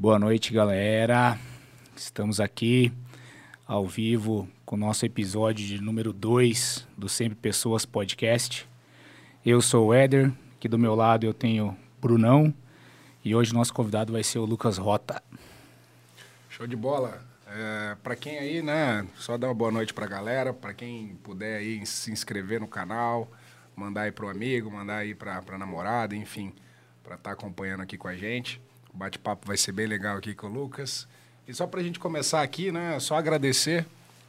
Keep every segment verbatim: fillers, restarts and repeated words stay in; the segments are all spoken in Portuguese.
Boa noite, galera. Estamos aqui ao vivo com o nosso episódio de número dois do Sempre Pessoas Podcast. Eu sou o Éder, aqui do meu lado eu tenho Brunão e hoje nosso convidado vai ser o Lucas Rota. Show de bola. É, para quem aí, né, só dar uma boa noite pra galera, para quem puder aí se inscrever no canal, mandar aí pro amigo, mandar aí pra, pra namorada, enfim, pra estar acompanhando aqui com a gente. O bate-papo vai ser bem legal aqui com o Lucas. E só pra gente começar aqui, né, só agradecer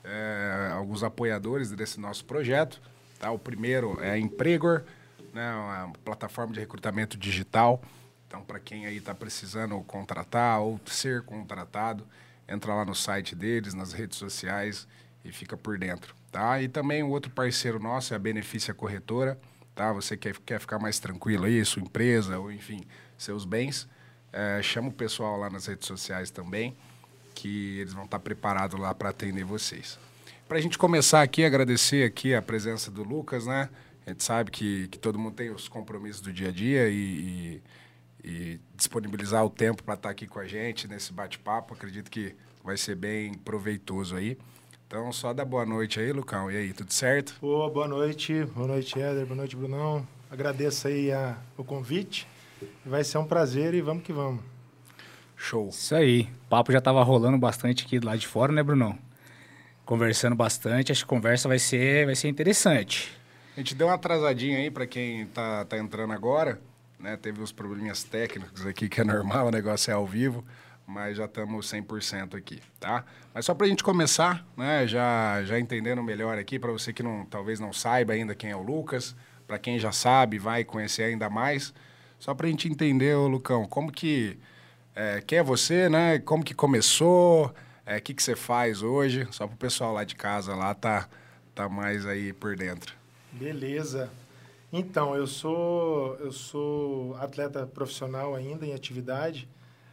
é, alguns apoiadores desse nosso projeto, tá? O primeiro é a Empregor, né, uma plataforma de recrutamento digital. Então, para quem aí está precisando contratar ou ser contratado, entra lá no site deles, nas redes sociais e fica por dentro, tá? E também o outro parceiro nosso é a Benefícia Corretora, tá? Você quer, quer ficar mais tranquilo aí, sua empresa ou, enfim, seus bens, é, chama o pessoal lá nas redes sociais também, que eles vão estar preparados lá para atender vocês. Para a gente começar aqui, agradecer aqui a presença do Lucas, né? A gente sabe que, que todo mundo tem os compromissos do dia a dia e, e, e disponibilizar o tempo para estar aqui com a gente nesse bate-papo. Acredito que vai ser bem proveitoso aí. Então, só dá boa noite aí, Lucão. E aí, tudo certo? Pô, boa noite. Boa noite, Éder. Boa noite, Brunão. Agradeço aí a, o convite. Vai ser um prazer e vamos que vamos. Show. Isso aí. O papo já estava rolando bastante aqui do lado de fora, né, Brunão? Conversando bastante. Acho que a conversa vai ser, vai ser interessante. A gente deu uma atrasadinha aí para quem tá, tá entrando agora, né? Teve uns probleminhas técnicos aqui, que é normal, o negócio é ao vivo, mas já estamos cem por cento aqui, tá? Mas só para a gente começar, né? Já, já entendendo melhor aqui, para você que não, talvez não saiba ainda quem é o Lucas, para quem já sabe, vai conhecer ainda mais, só para a gente entender, ô Lucão, como que, é, quem é você, né? Como que começou, o é, que, que você faz hoje, só para o pessoal lá de casa lá tá, tá mais aí por dentro. Beleza. Então, eu sou, eu sou atleta profissional ainda, em atividade.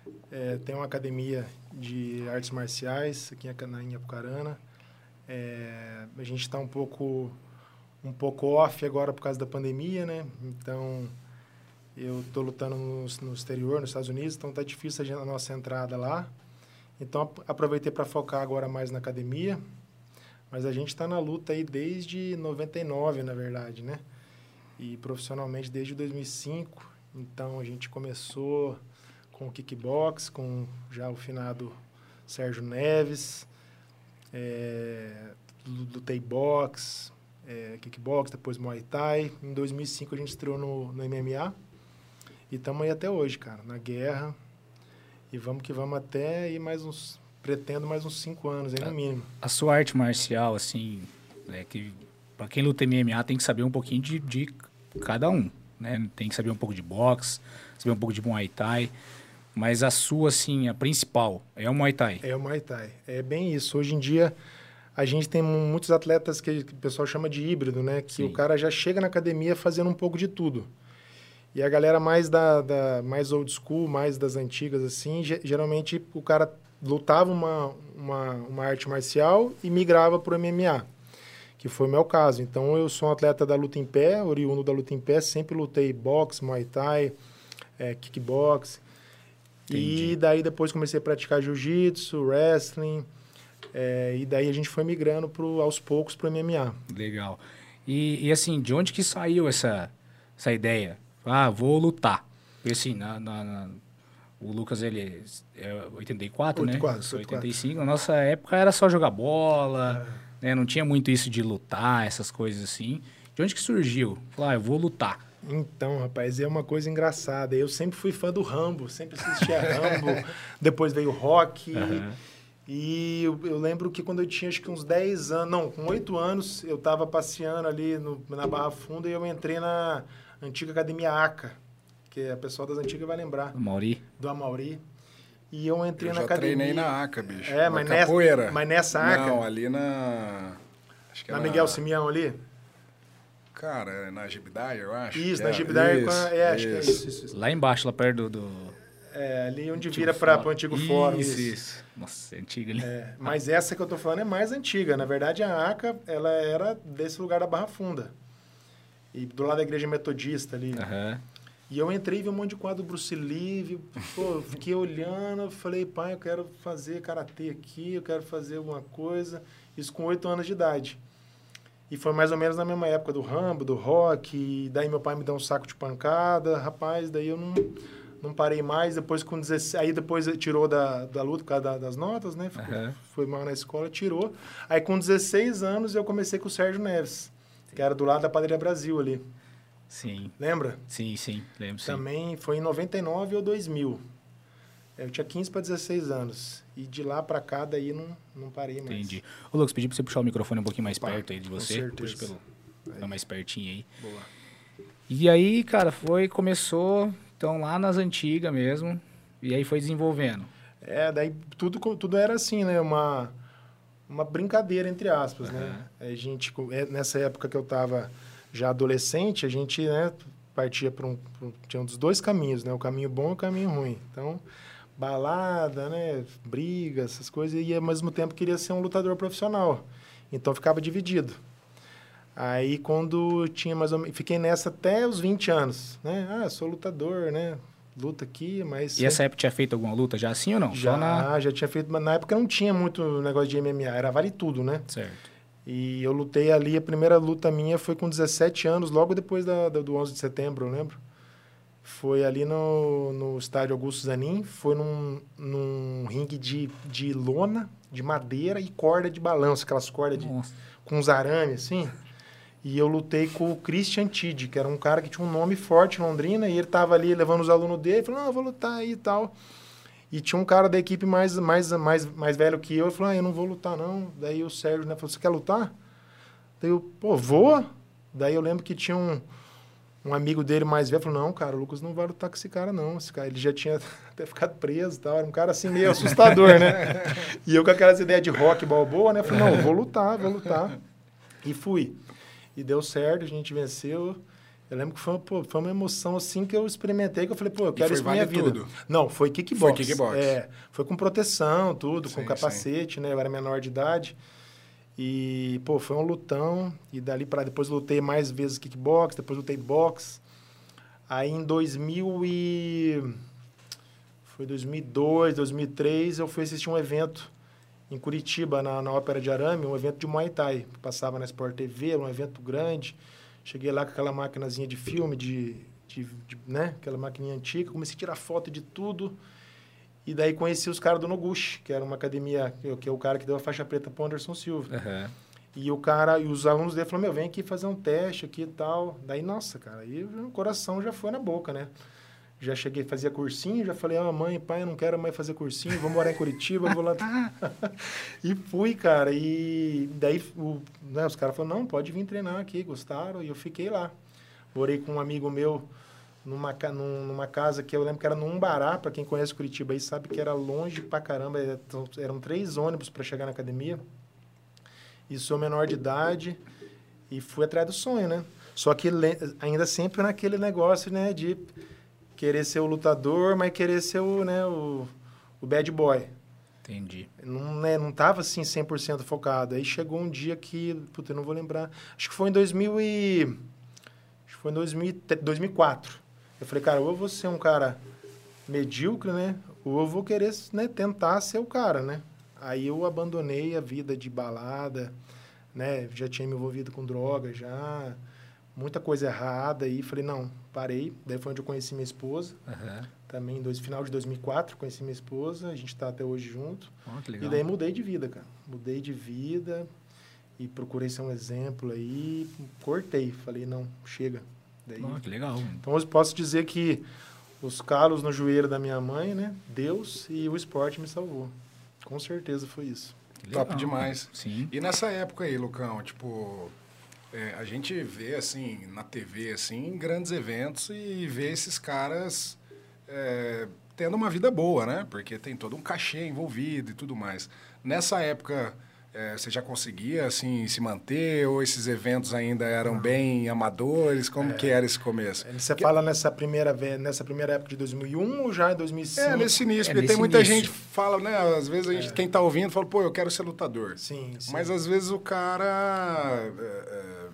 É, tenho uma academia de artes marciais aqui em Apucarana. É, a gente está um pouco, um pouco off agora por causa da pandemia, né? Então, eu estou lutando no, no exterior, nos Estados Unidos, então está difícil a, gente, a nossa entrada lá. Então, aproveitei para focar agora mais na academia. Mas a gente está na luta aí desde noventa e nove, na verdade, né? E profissionalmente desde dois mil e cinco. Então, a gente começou com o kickbox, com já o finado Sérgio Neves. É, lutei boxe, é, kickbox, depois Muay Thai. Em dois mil e cinco, a gente estreou no, no M M A. E estamos aí até hoje, cara, na guerra. E vamos que vamos até aí mais uns... Pretendo mais uns cinco anos, aí no mínimo. A sua arte marcial, assim, é que para quem luta M M A tem que saber um pouquinho de, de cada um, né? Tem que saber um pouco de boxe, saber um pouco de Muay Thai. Mas a sua, assim, a principal é o Muay Thai. É o Muay Thai. É bem isso. Hoje em dia, a gente tem muitos atletas que o pessoal chama de híbrido, né? Que Sim. o cara já chega na academia fazendo um pouco de tudo. E a galera mais, da, da, mais old school, mais das antigas, assim, geralmente o cara... lutava uma, uma, uma arte marcial e migrava para o M M A, que foi o meu caso. Então, eu sou um atleta da luta em pé, oriundo da luta em pé, sempre lutei boxe, Muay Thai, é, kickbox. Entendi. E daí depois comecei a praticar jiu-jitsu, wrestling, é, e daí a gente foi migrando pro, aos poucos para o M M A. Legal. E, e assim, de onde que saiu essa, essa ideia? Ah, vou lutar. Porque assim, na... na, na... O Lucas, ele é oitenta e quatro, oitenta e quatro, né? Eu sou oitenta e quatro. oitenta e cinco. Na nossa época era só jogar bola, é. né? Não tinha muito isso de lutar, essas coisas assim. De onde que surgiu? Falar, ah, eu vou lutar. Então, rapaz, é uma coisa engraçada. Eu sempre fui fã do Rambo, sempre assistia Rambo. Depois veio Rock. Uhum. E eu, eu lembro que quando eu tinha acho que uns dez anos, não, com oito anos, eu estava passeando ali no, na Barra Funda e eu entrei na antiga Academia ACA. Que a pessoa das antigas vai lembrar. Do Amauri. Do Amauri. E eu entrei eu na já academia. treinei na ACA, bicho. É, na mas capoeira. nessa, mas nessa ACA... Não, ali na... Acho que na Miguel Simeão ali? Cara, na Gibidaia, eu acho. Isso, é. na Gibidaia. Isso, é, acho isso. que é isso, isso, isso. Lá embaixo, lá perto do... do... É, ali onde vira para o antigo isso, fórum. Isso, isso. Nossa, é antiga ali. É, mas essa que eu tô falando é mais antiga. Na verdade, a ACA, ela era desse lugar da Barra Funda. E do lado da igreja metodista ali. Aham. Uhum. E eu entrei e vi um monte de quadro do Bruce Lee, vi, pô, fiquei olhando, falei, pai, eu quero fazer karatê aqui, eu quero fazer alguma coisa. Isso com oito anos de idade. E foi mais ou menos na mesma época do Rambo, do Rock, e daí meu pai me deu um saco de pancada, rapaz, daí eu não, não parei mais, depois com dezesseis, aí depois tirou da, da luta por causa da, das notas, né, Ficou, uhum. foi mal na escola, tirou. Aí com dezesseis anos eu comecei com o Sérgio Neves, que era do lado da Padaria Brasil ali. Sim. Lembra? Sim, sim, lembro sim. Também foi em noventa e nove ou dois mil. Eu tinha quinze para dezesseis anos. E de lá para cá, daí não, não parei mais. Entendi. Ô, Lucas, pedi para você puxar o microfone um pouquinho mais Opa, perto aí de você. Com certeza. Puxa pelo... Fica mais pertinho aí. Boa. E aí, cara, foi, começou, então, lá nas antigas mesmo. E aí foi desenvolvendo. É, daí tudo, tudo era assim, né? Uma, uma brincadeira, entre aspas, uhum. né? A gente, nessa época que eu tava já adolescente, a gente, né, partia para um... Pra, tinha um dos dois caminhos, né? O caminho bom e o caminho ruim. Então... balada, né, briga, essas coisas, e ao mesmo tempo queria ser um lutador profissional. Então ficava dividido. Aí quando tinha mais ou menos, fiquei nessa até os vinte anos, né? Ah, sou lutador, né? Luta aqui, mas... E sempre... essa época tinha feito alguma luta já assim ou não? Já, Só na... já tinha feito, mas na época não tinha muito negócio de M M A, era vale tudo, né? Certo. E eu lutei ali, a primeira luta minha foi com dezessete anos, logo depois da, da, do onze de setembro, eu lembro. Foi ali no, no estádio Augusto Zanin, foi num, num ringue de, de lona, de madeira e corda de balanço, aquelas cordas de, com uns arames, assim. E eu lutei com o Christian Tid, que era um cara que tinha um nome forte em Londrina, e ele tava ali levando os alunos dele, falou, não, eu vou lutar aí e tal. E tinha um cara da equipe mais, mais, mais, mais velho que eu, ele falou, ah, eu não vou lutar não. Daí o Sérgio, né, falou, você quer lutar? Daí eu, pô, vou? Daí eu lembro que tinha um... Um amigo dele mais velho falou, não, cara, o Lucas não vai lutar com esse cara, não. Esse cara, ele já tinha até ficado preso e tal. Era um cara, assim, meio assustador, né? E eu com aquelas ideias de rock balboa, né? Falei, não, vou lutar, vou lutar. E fui. E deu certo, a gente venceu. Eu lembro que foi, pô, foi uma emoção, assim, que eu experimentei, que eu falei, pô, eu quero isso pra minha vida. Tudo. Não, foi kickbox. Foi kickbox. É, foi com proteção, tudo, sim, com capacete, sim. né? Eu era menor de idade. E, pô, foi um lutão. E dali para depois lutei mais vezes kickbox, depois lutei boxe. Aí em dois mil e... Foi dois mil e dois, dois mil e três, eu fui assistir um evento em Curitiba, na, na Ópera de Arame, um evento de Muay Thai. Que passava na Sport T V, um evento grande. Cheguei lá com aquela maquinazinha de filme, de, de, de, né? Aquela maquininha antiga. Comecei a tirar foto de tudo. E daí conheci os caras do Noguchi, que era uma academia, que é o cara que deu a faixa preta pro Anderson Silva. Uhum. E o cara, e os alunos dele falaram, meu, vem aqui fazer um teste aqui e tal. Daí, nossa, cara, aí o coração já foi na boca, né? Já cheguei, fazia cursinho, já falei, ah, mãe, pai, eu não quero mais fazer cursinho, vou morar em Curitiba, vou lá... E fui, cara, e daí o, né, os caras falaram, não, pode vir treinar aqui, gostaram, e eu fiquei lá. Morei com um amigo meu, Numa, numa casa que eu lembro que era no Umbará, para quem conhece Curitiba aí sabe que era longe pra caramba, eram três ônibus para chegar na academia. E sou menor de idade e fui atrás do sonho, né? Só que ainda sempre naquele negócio, né, de querer ser o lutador, mas querer ser o, né, o, o bad boy. Entendi. Não, né, não tava assim cem por cento focado. Aí chegou um dia que, puta, eu não vou lembrar, acho que foi em dois mil e... Acho que foi em dois mil, dois mil e quatro. Eu falei, cara, ou eu vou ser um cara medíocre, né? Ou eu vou querer, né, tentar ser o cara, né? Aí eu abandonei a vida de balada, né? Já tinha me envolvido com droga, já. Muita coisa errada. E falei, não, parei. Daí foi onde eu conheci minha esposa. Uhum. Também no final de dois mil e quatro, conheci minha esposa. A gente tá até hoje junto. Oh, que legal. E daí mudei de vida, cara. Mudei de vida e procurei ser um exemplo aí. Cortei. Falei, não, chega. Daí, oh, que legal. Então, eu posso dizer que os calos no joelho da minha mãe, né? Deus e o esporte me salvou. Com certeza foi isso. Legal. Top demais. Sim. E nessa época aí, Lucão, tipo... É, a gente vê, assim, na T V, assim, grandes eventos e vê esses caras é, tendo uma vida boa, né? Porque tem todo um cachê envolvido e tudo mais. Nessa época... É, você já conseguia, assim, se manter? Ou esses eventos ainda eram ah. bem amadores? Como é, que era esse começo? Você que... fala nessa primeira, nessa primeira época de dois mil e um ou já em dois mil e cinco? É, nesse início. É, porque nesse tem muita início. gente que fala, né? Às vezes a gente, é. quem tá ouvindo fala, pô, eu quero ser lutador. Sim, sim. Mas às vezes o cara... É, é,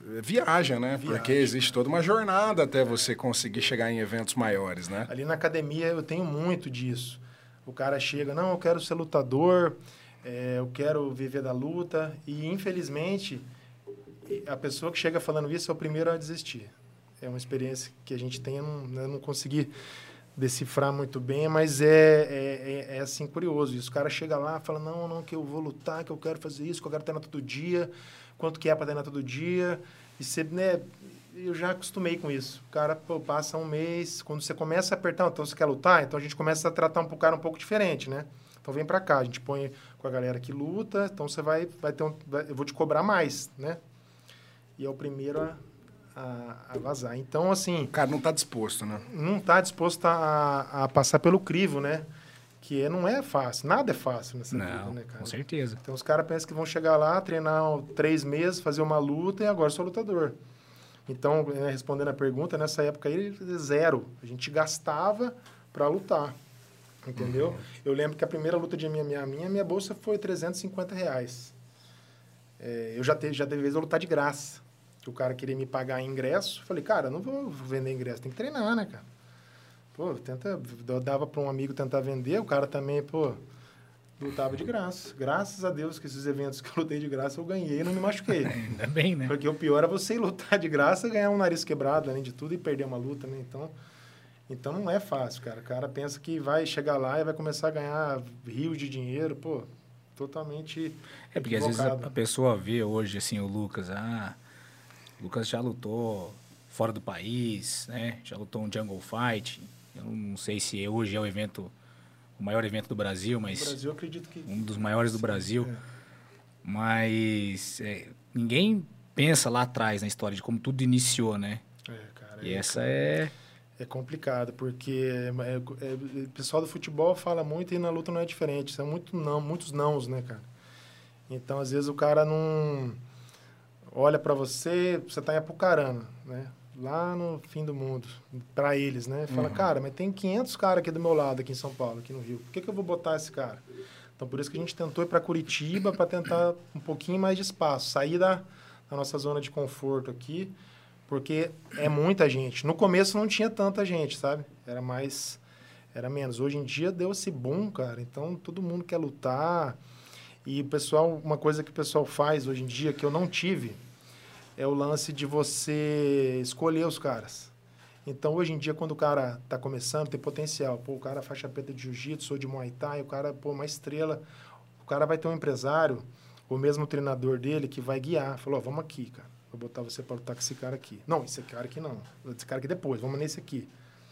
viaja, né? Viaja. Porque existe toda uma jornada até você conseguir chegar em eventos maiores, né? Ali na academia eu tenho muito disso. O cara chega, não, eu quero ser lutador, é, eu quero viver da luta. E, infelizmente, a pessoa que chega falando isso é o primeiro a desistir. É uma experiência que a gente tem, eu não, eu não consegui decifrar muito bem, mas é, é, é, é assim, curioso. Isso. O cara chega lá e fala, não, não, que eu vou lutar, que eu quero fazer isso, que eu quero treinar todo dia, quanto que é para treinar todo dia. E você, né, eu já acostumei com isso. O cara pô, passa um mês, quando você começa a apertar, então você quer lutar, então a gente começa a tratar um cara um pouco diferente, né? Então vem pra cá, a gente põe com a galera que luta, então você vai, vai ter um, vai, eu vou te cobrar mais, né? E é o primeiro a, a, a vazar. Então, assim... O cara não tá disposto, né? Não tá disposto a, a passar pelo crivo, né? Que não é fácil, nada é fácil nessa Não, vida, né, cara? com certeza. Então os caras pensam que vão chegar lá, treinar três meses, fazer uma luta e agora sou lutador. Então, né, respondendo a pergunta, nessa época aí, zero. A gente gastava para lutar, entendeu? Uhum. Eu lembro que a primeira luta de minha, minha, minha, minha bolsa foi trezentos e cinquenta reais. É, eu já teve, já teve vezes eu lutar de graça. Que o cara queria me pagar em ingresso. Falei, cara, eu não vou vender ingresso, tem que treinar, né, cara? Pô, tenta, eu dava para um amigo tentar vender, o cara também, pô, lutava de graça. Graças a Deus que esses eventos que eu lutei de graça eu ganhei e não me machuquei. Ainda bem, né? Porque o pior é você ir lutar de graça, ganhar um nariz quebrado, além de tudo, e perder uma luta, né? Então, então não é fácil, cara. O cara pensa que vai chegar lá e vai começar a ganhar rios de dinheiro, pô, totalmente É porque equivocado. às vezes a, a pessoa vê hoje, assim, o Lucas, ah, o Lucas já lutou fora do país, né? Já lutou um Jungle Fight. Eu não sei se hoje é o evento, o maior evento do Brasil, mas... No Brasil, eu acredito que... Um dos maiores do Sim, Brasil. é. Mas é, ninguém pensa lá atrás na história de como tudo iniciou, né? É, cara. E é, essa é... É complicado, porque é, é, o pessoal do futebol fala muito e na luta não é diferente. São muito não, muitos nãos, né, cara? Então, às vezes, o cara não... Olha pra você, você tá em Apucarana, né? Lá no fim do mundo, para eles, né? Fala, uhum. Cara, mas tem quinhentos caras aqui do meu lado, aqui em São Paulo, aqui no Rio. Por que, que eu vou botar esse cara? Então, por isso que a gente tentou ir para Curitiba para tentar um pouquinho mais de espaço, sair da, da nossa zona de conforto aqui, porque é muita gente. No começo não tinha tanta gente, sabe? Era mais, era menos. Hoje em dia deu esse boom, cara. Então, todo mundo quer lutar. E o pessoal, uma coisa que o pessoal faz hoje em dia, que eu não tive, é o lance de você escolher os caras. Então, hoje em dia, quando o cara está começando, tem potencial. Pô, o cara faixa preta de jiu-jitsu ou de muay thai, o cara, pô, uma estrela. O cara vai ter um empresário, ou mesmo o treinador dele, que vai guiar. Falou, ó, vamos aqui, cara. Vou botar você para lutar com esse cara aqui. Não, esse cara aqui não. Esse cara aqui depois, vamos nesse aqui.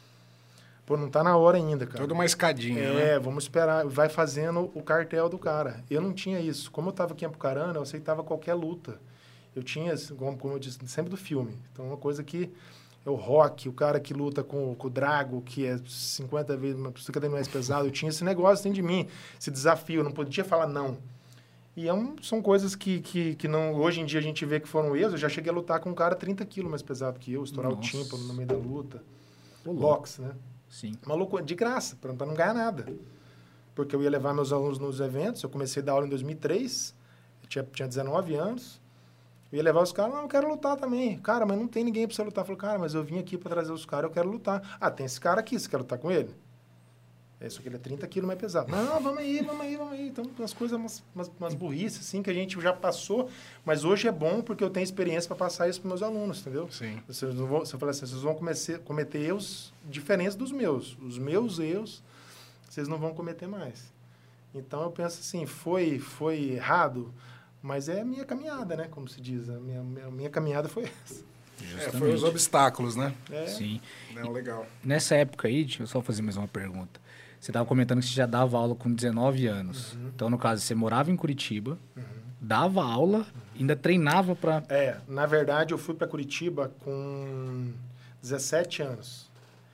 Pô, não tá na hora ainda, cara. Toda uma escadinha, é, né? É, vamos esperar. Vai fazendo o cartel do cara. Eu não tinha isso. Como eu estava aqui em Apucarana, eu aceitava qualquer luta. Eu tinha, como, como eu disse, sempre do filme. Então, uma coisa que é o Rock, o cara que luta com, com o Drago, que é cinquenta vezes, cinquenta mais pesado. Eu tinha esse negócio dentro de mim, esse desafio. Eu não podia falar não. E é um, são coisas que, que, que não, hoje em dia a gente vê que foram erros. Eu já cheguei a lutar com um cara trinta quilos mais pesado que eu, estourar Nossa. o tímpano no meio da luta. Boxe, né? Sim. Maluco, de graça, para não ganhar nada. Porque eu ia levar meus alunos nos eventos. Eu comecei a dar aula em dois mil e três, eu tinha, tinha dezenove anos. Eu ia levar os caras, não, eu quero lutar também. Cara, mas não tem ninguém pra você lutar. Eu falei, cara, mas eu vim aqui pra trazer os caras, eu quero lutar. Ah, tem esse cara aqui, você quer lutar com ele? É, só que ele é trinta quilos mais pesado. Não, vamos aí, vamos aí, vamos aí. Então, umas coisas, umas, umas, umas burrices, assim, que a gente já passou. Mas hoje é bom porque eu tenho experiência pra passar isso pros meus alunos, entendeu? Sim. Vocês não vão, você fala assim, vocês vão comecer, cometer erros diferentes dos meus. Os meus erros, vocês não vão cometer mais. Então, eu penso assim, foi, foi errado... Mas é a minha caminhada, né? Como se diz. A minha, minha, minha caminhada foi essa. É, foi os obstáculos, né? É. Sim. Não, legal. Nessa época aí, deixa eu só fazer mais uma pergunta. Você estava comentando que você já dava aula com dezenove anos. Uhum. Então, no caso, você morava em Curitiba, uhum. dava aula, uhum. ainda treinava para... É, na verdade, eu fui para Curitiba com dezessete anos.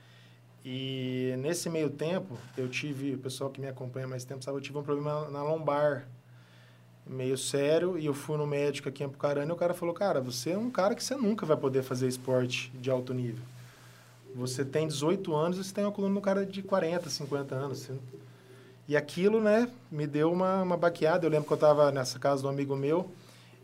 E nesse meio tempo, eu tive... O pessoal que me acompanha há mais tempo sabe, eu tive um problema na lombar meio sério, e eu fui no médico aqui em Apucarana e o cara falou, cara, você é um cara que você nunca vai poder fazer esporte de alto nível. Você tem dezoito anos e você tem uma coluna no cara de quarenta, cinquenta anos. Assim. E aquilo, né, me deu uma, uma baqueada. Eu lembro que eu estava nessa casa de um amigo meu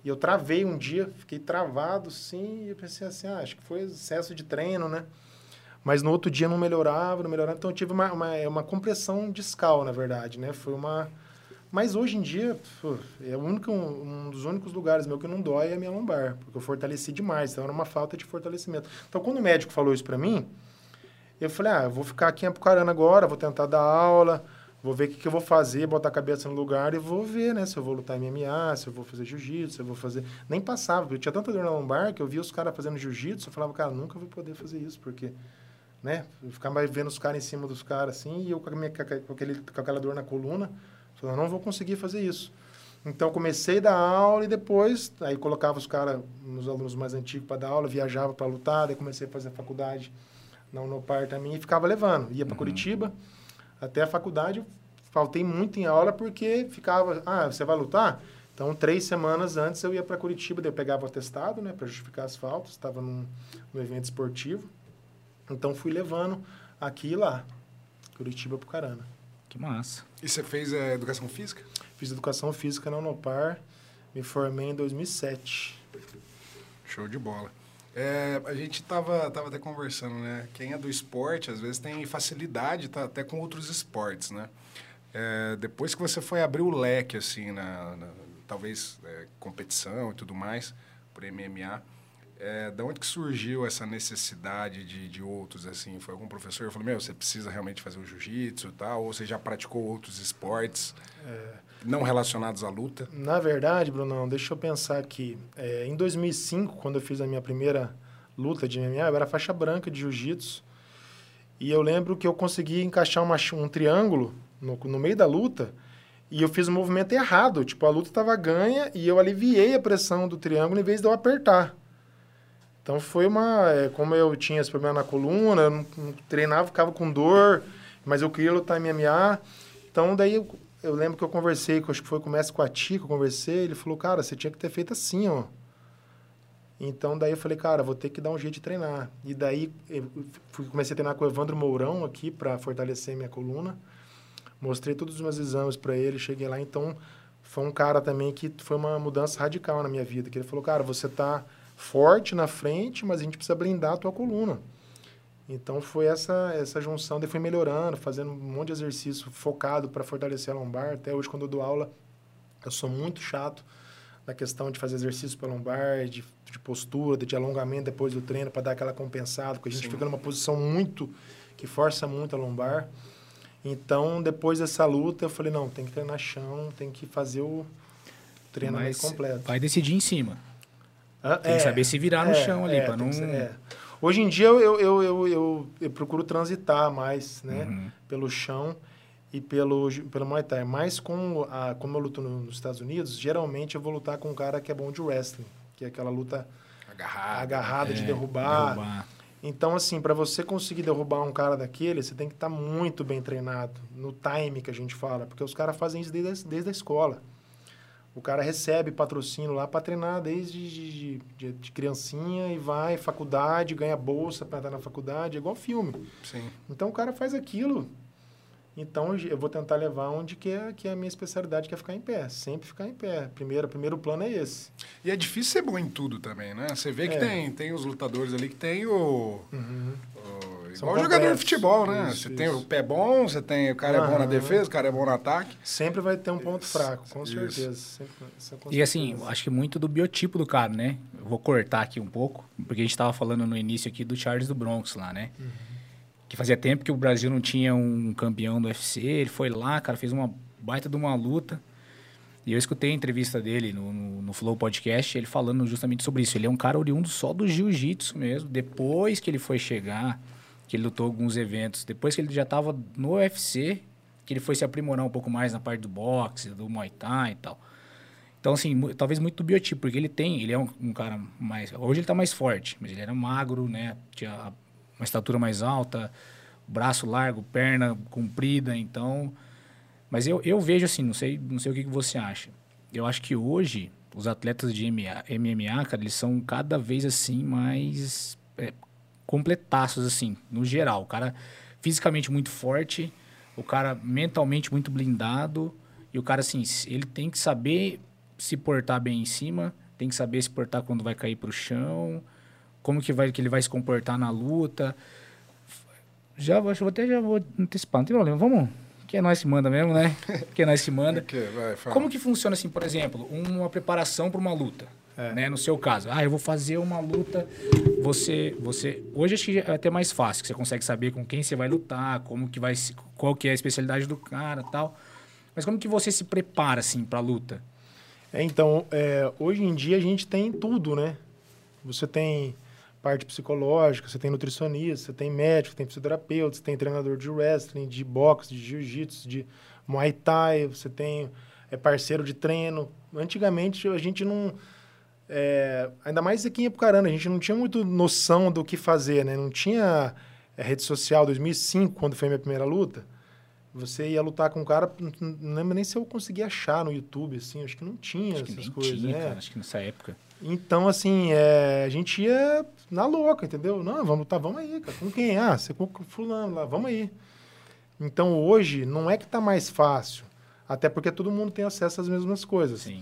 E eu travei um dia, fiquei travado, sim, e eu pensei assim, ah, acho que foi excesso de treino, né? Mas no outro dia não melhorava, não melhorava, então eu tive uma, uma, uma compressão discal, na verdade, né? Foi uma... Mas hoje em dia, pô, é o único, um dos únicos lugares meu que não dói é a minha lombar, porque eu fortaleci demais, então era uma falta de fortalecimento. Então, quando o médico falou isso pra mim, eu falei, ah, eu vou ficar aqui em Apucarana agora, vou tentar dar aula, vou ver o que, que eu vou fazer, botar a cabeça no lugar e vou ver, né? Se eu vou lutar M M A, se eu vou fazer jiu-jitsu, se eu vou fazer... Nem passava, porque eu tinha tanta dor na lombar que eu via os caras fazendo jiu-jitsu, eu falava, cara, nunca vou poder fazer isso, porque... né? Eu ficava vendo os caras em cima dos caras, assim, e eu com, a minha, com, aquele, com aquela dor na coluna, falava, não vou conseguir fazer isso. Então, comecei a dar aula e depois, aí colocava os caras, os alunos mais antigos para dar aula, viajava para lutar, daí comecei a fazer a faculdade na Unopar também e ficava levando. Ia para uhum. Curitiba, até a faculdade, eu faltei muito em aula porque ficava, ah, você vai lutar? Então, três semanas antes eu ia para Curitiba, daí eu pegava o atestado, né, para justificar as faltas, estava num, num evento esportivo. Então, fui levando aqui e lá, Curitiba pro Carana. Que massa. E você fez é, educação física? Fiz educação física na Unopar, me formei em dois mil e sete. Show de bola. É, a gente tava, tava até conversando, né? Quem é do esporte, às vezes tem facilidade tá, até com outros esportes, né? É, depois que você foi abrir o leque, assim, na, na talvez é, competição e tudo mais, por M M A, é, da onde que surgiu essa necessidade de, de outros, assim? Foi algum professor que falou, meu, você precisa realmente fazer o jiu-jitsu e tal? Ou você já praticou outros esportes é, não relacionados à luta? Na verdade, Brunão, deixa eu pensar aqui. É, em dois mil e cinco, quando eu fiz a minha primeira luta de M M A, eu era faixa branca de jiu-jitsu. E eu lembro que eu consegui encaixar uma, um triângulo no, no meio da luta e eu fiz o movimento errado. Tipo, a luta estava ganha e eu aliviei a pressão do triângulo em vez de eu apertar. Então, foi uma... É, como eu tinha esse problema na coluna, eu não, não treinava, ficava com dor, mas eu queria lutar em M M A. Então, daí eu, eu lembro que eu conversei, acho que foi com o mestre Coati que eu conversei, ele falou, cara, você tinha que ter feito assim, ó. Então, daí eu falei, cara, vou ter que dar um jeito de treinar. E daí, eu fui, comecei a treinar com o Evandro Mourão aqui para fortalecer minha coluna. Mostrei todos os meus exames para ele, cheguei lá. Então, foi um cara também que foi uma mudança radical na minha vida. Que ele falou, cara, você tá forte na frente, mas a gente precisa blindar a tua coluna. Então, foi essa, essa junção. Daí fui melhorando, fazendo um monte de exercício focado para fortalecer a lombar. Até hoje, quando eu dou aula, eu sou muito chato na questão de fazer exercício para lombar, de, de postura, de alongamento depois do treino, para dar aquela compensada, porque a gente Sim. fica numa posição muito, que força muito a lombar. Então, depois dessa luta, eu falei, não, tem que treinar chão, tem que fazer o treinamento Mas completo. Vai decidir em cima. Ah, tem é, que saber se virar no é, chão ali, é, para não... É. Hoje em dia, eu, eu, eu, eu, eu, eu procuro transitar mais, né, uhum. pelo chão e pelo, pelo Muay Thai. Mas com a, como eu luto no, nos Estados Unidos, geralmente eu vou lutar com um cara que é bom de wrestling, que é aquela luta agarrada, agarrada é, de derrubar. derrubar. Então, assim, para você conseguir derrubar um cara daquele, você tem que estar tá muito bem treinado, no time que a gente fala, porque os caras fazem isso desde, desde a escola. O cara recebe patrocínio lá para treinar desde de, de, de criancinha e vai, faculdade, ganha bolsa para entrar na faculdade, é igual filme. Sim. Então, o cara faz aquilo. Então, eu vou tentar levar onde que é, que é a minha especialidade, que é ficar em pé. Sempre ficar em pé. Primeiro, primeiro plano é esse. E é difícil ser bom em tudo também, né? Você vê que é. tem, tem os lutadores ali que tem o... Uhum. o igual jogador de futebol, né? Isso, você isso. tem o pé bom, você tem, o cara uhum. é bom na defesa, o cara é bom no ataque. Sempre vai ter um ponto isso. fraco, com isso. certeza. Sempre, com e assim, certeza. Acho que muito do biotipo do cara, né? Eu vou cortar aqui um pouco, porque a gente estava falando no início aqui do Charles do Bronx lá, né? Uhum. Que fazia tempo que o Brasil não tinha um campeão do U F C. Ele foi lá, cara, fez uma baita de uma luta. E eu escutei a entrevista dele no, no, no Flow Podcast, ele falando justamente sobre isso. Ele é um cara oriundo só do jiu-jitsu mesmo. Depois que ele foi chegar, que ele lutou alguns eventos, depois que ele já estava no U F C, que ele foi se aprimorar um pouco mais na parte do boxe, do Muay Thai e tal. Então, assim, talvez muito do biotipo, porque ele tem, ele é um, um cara mais... Hoje ele está mais forte, mas ele era magro, né? Tinha a, uma estatura mais alta, braço largo, perna comprida, então... Mas eu, eu vejo assim, não sei, não sei o que, que você acha. Eu acho que hoje, os atletas de M M A, cara, eles são cada vez, assim, mais é, completaços, assim, no geral. O cara fisicamente muito forte, o cara mentalmente muito blindado, e o cara, assim, ele tem que saber se portar bem em cima, tem que saber se portar quando vai cair pro chão, como que, vai, que ele vai se comportar na luta. Já acho que até já vou antecipar, não tem problema, vamos... Que é nós que manda mesmo, né? Que é nós que manda. Okay, vai, como que funciona, assim, por exemplo, uma preparação para uma luta? É. Né? No seu caso, ah, eu vou fazer uma luta, você, você... Hoje acho que é até mais fácil, que você consegue saber com quem você vai lutar, como que vai, qual que é a especialidade do cara e tal. Mas como que você se prepara, assim, para a luta? É, então, é, hoje em dia a gente tem tudo, né? Você tem parte psicológica, você tem nutricionista, você tem médico, tem fisioterapeuta, você tem treinador de wrestling, de boxe, de jiu-jitsu, de muay thai, você tem é, parceiro de treino. Antigamente a gente não... É, ainda mais aqui em Apucarana, a gente não tinha muito noção do que fazer, né? Não tinha é, rede social. dois mil e cinco, quando foi a minha primeira luta, você ia lutar com um cara, não lembro nem se eu conseguia achar no YouTube, assim, acho que não tinha acho que essas nem coisas, tinha, né? Cara, acho que nessa época. Então, assim, é, a gente ia na louca, entendeu? Não, vamos lutar, vamos aí, cara. Com quem? Ah, você com fulano lá, vamos aí. Então, hoje, não é que tá mais fácil, até porque todo mundo tem acesso às mesmas coisas. Sim.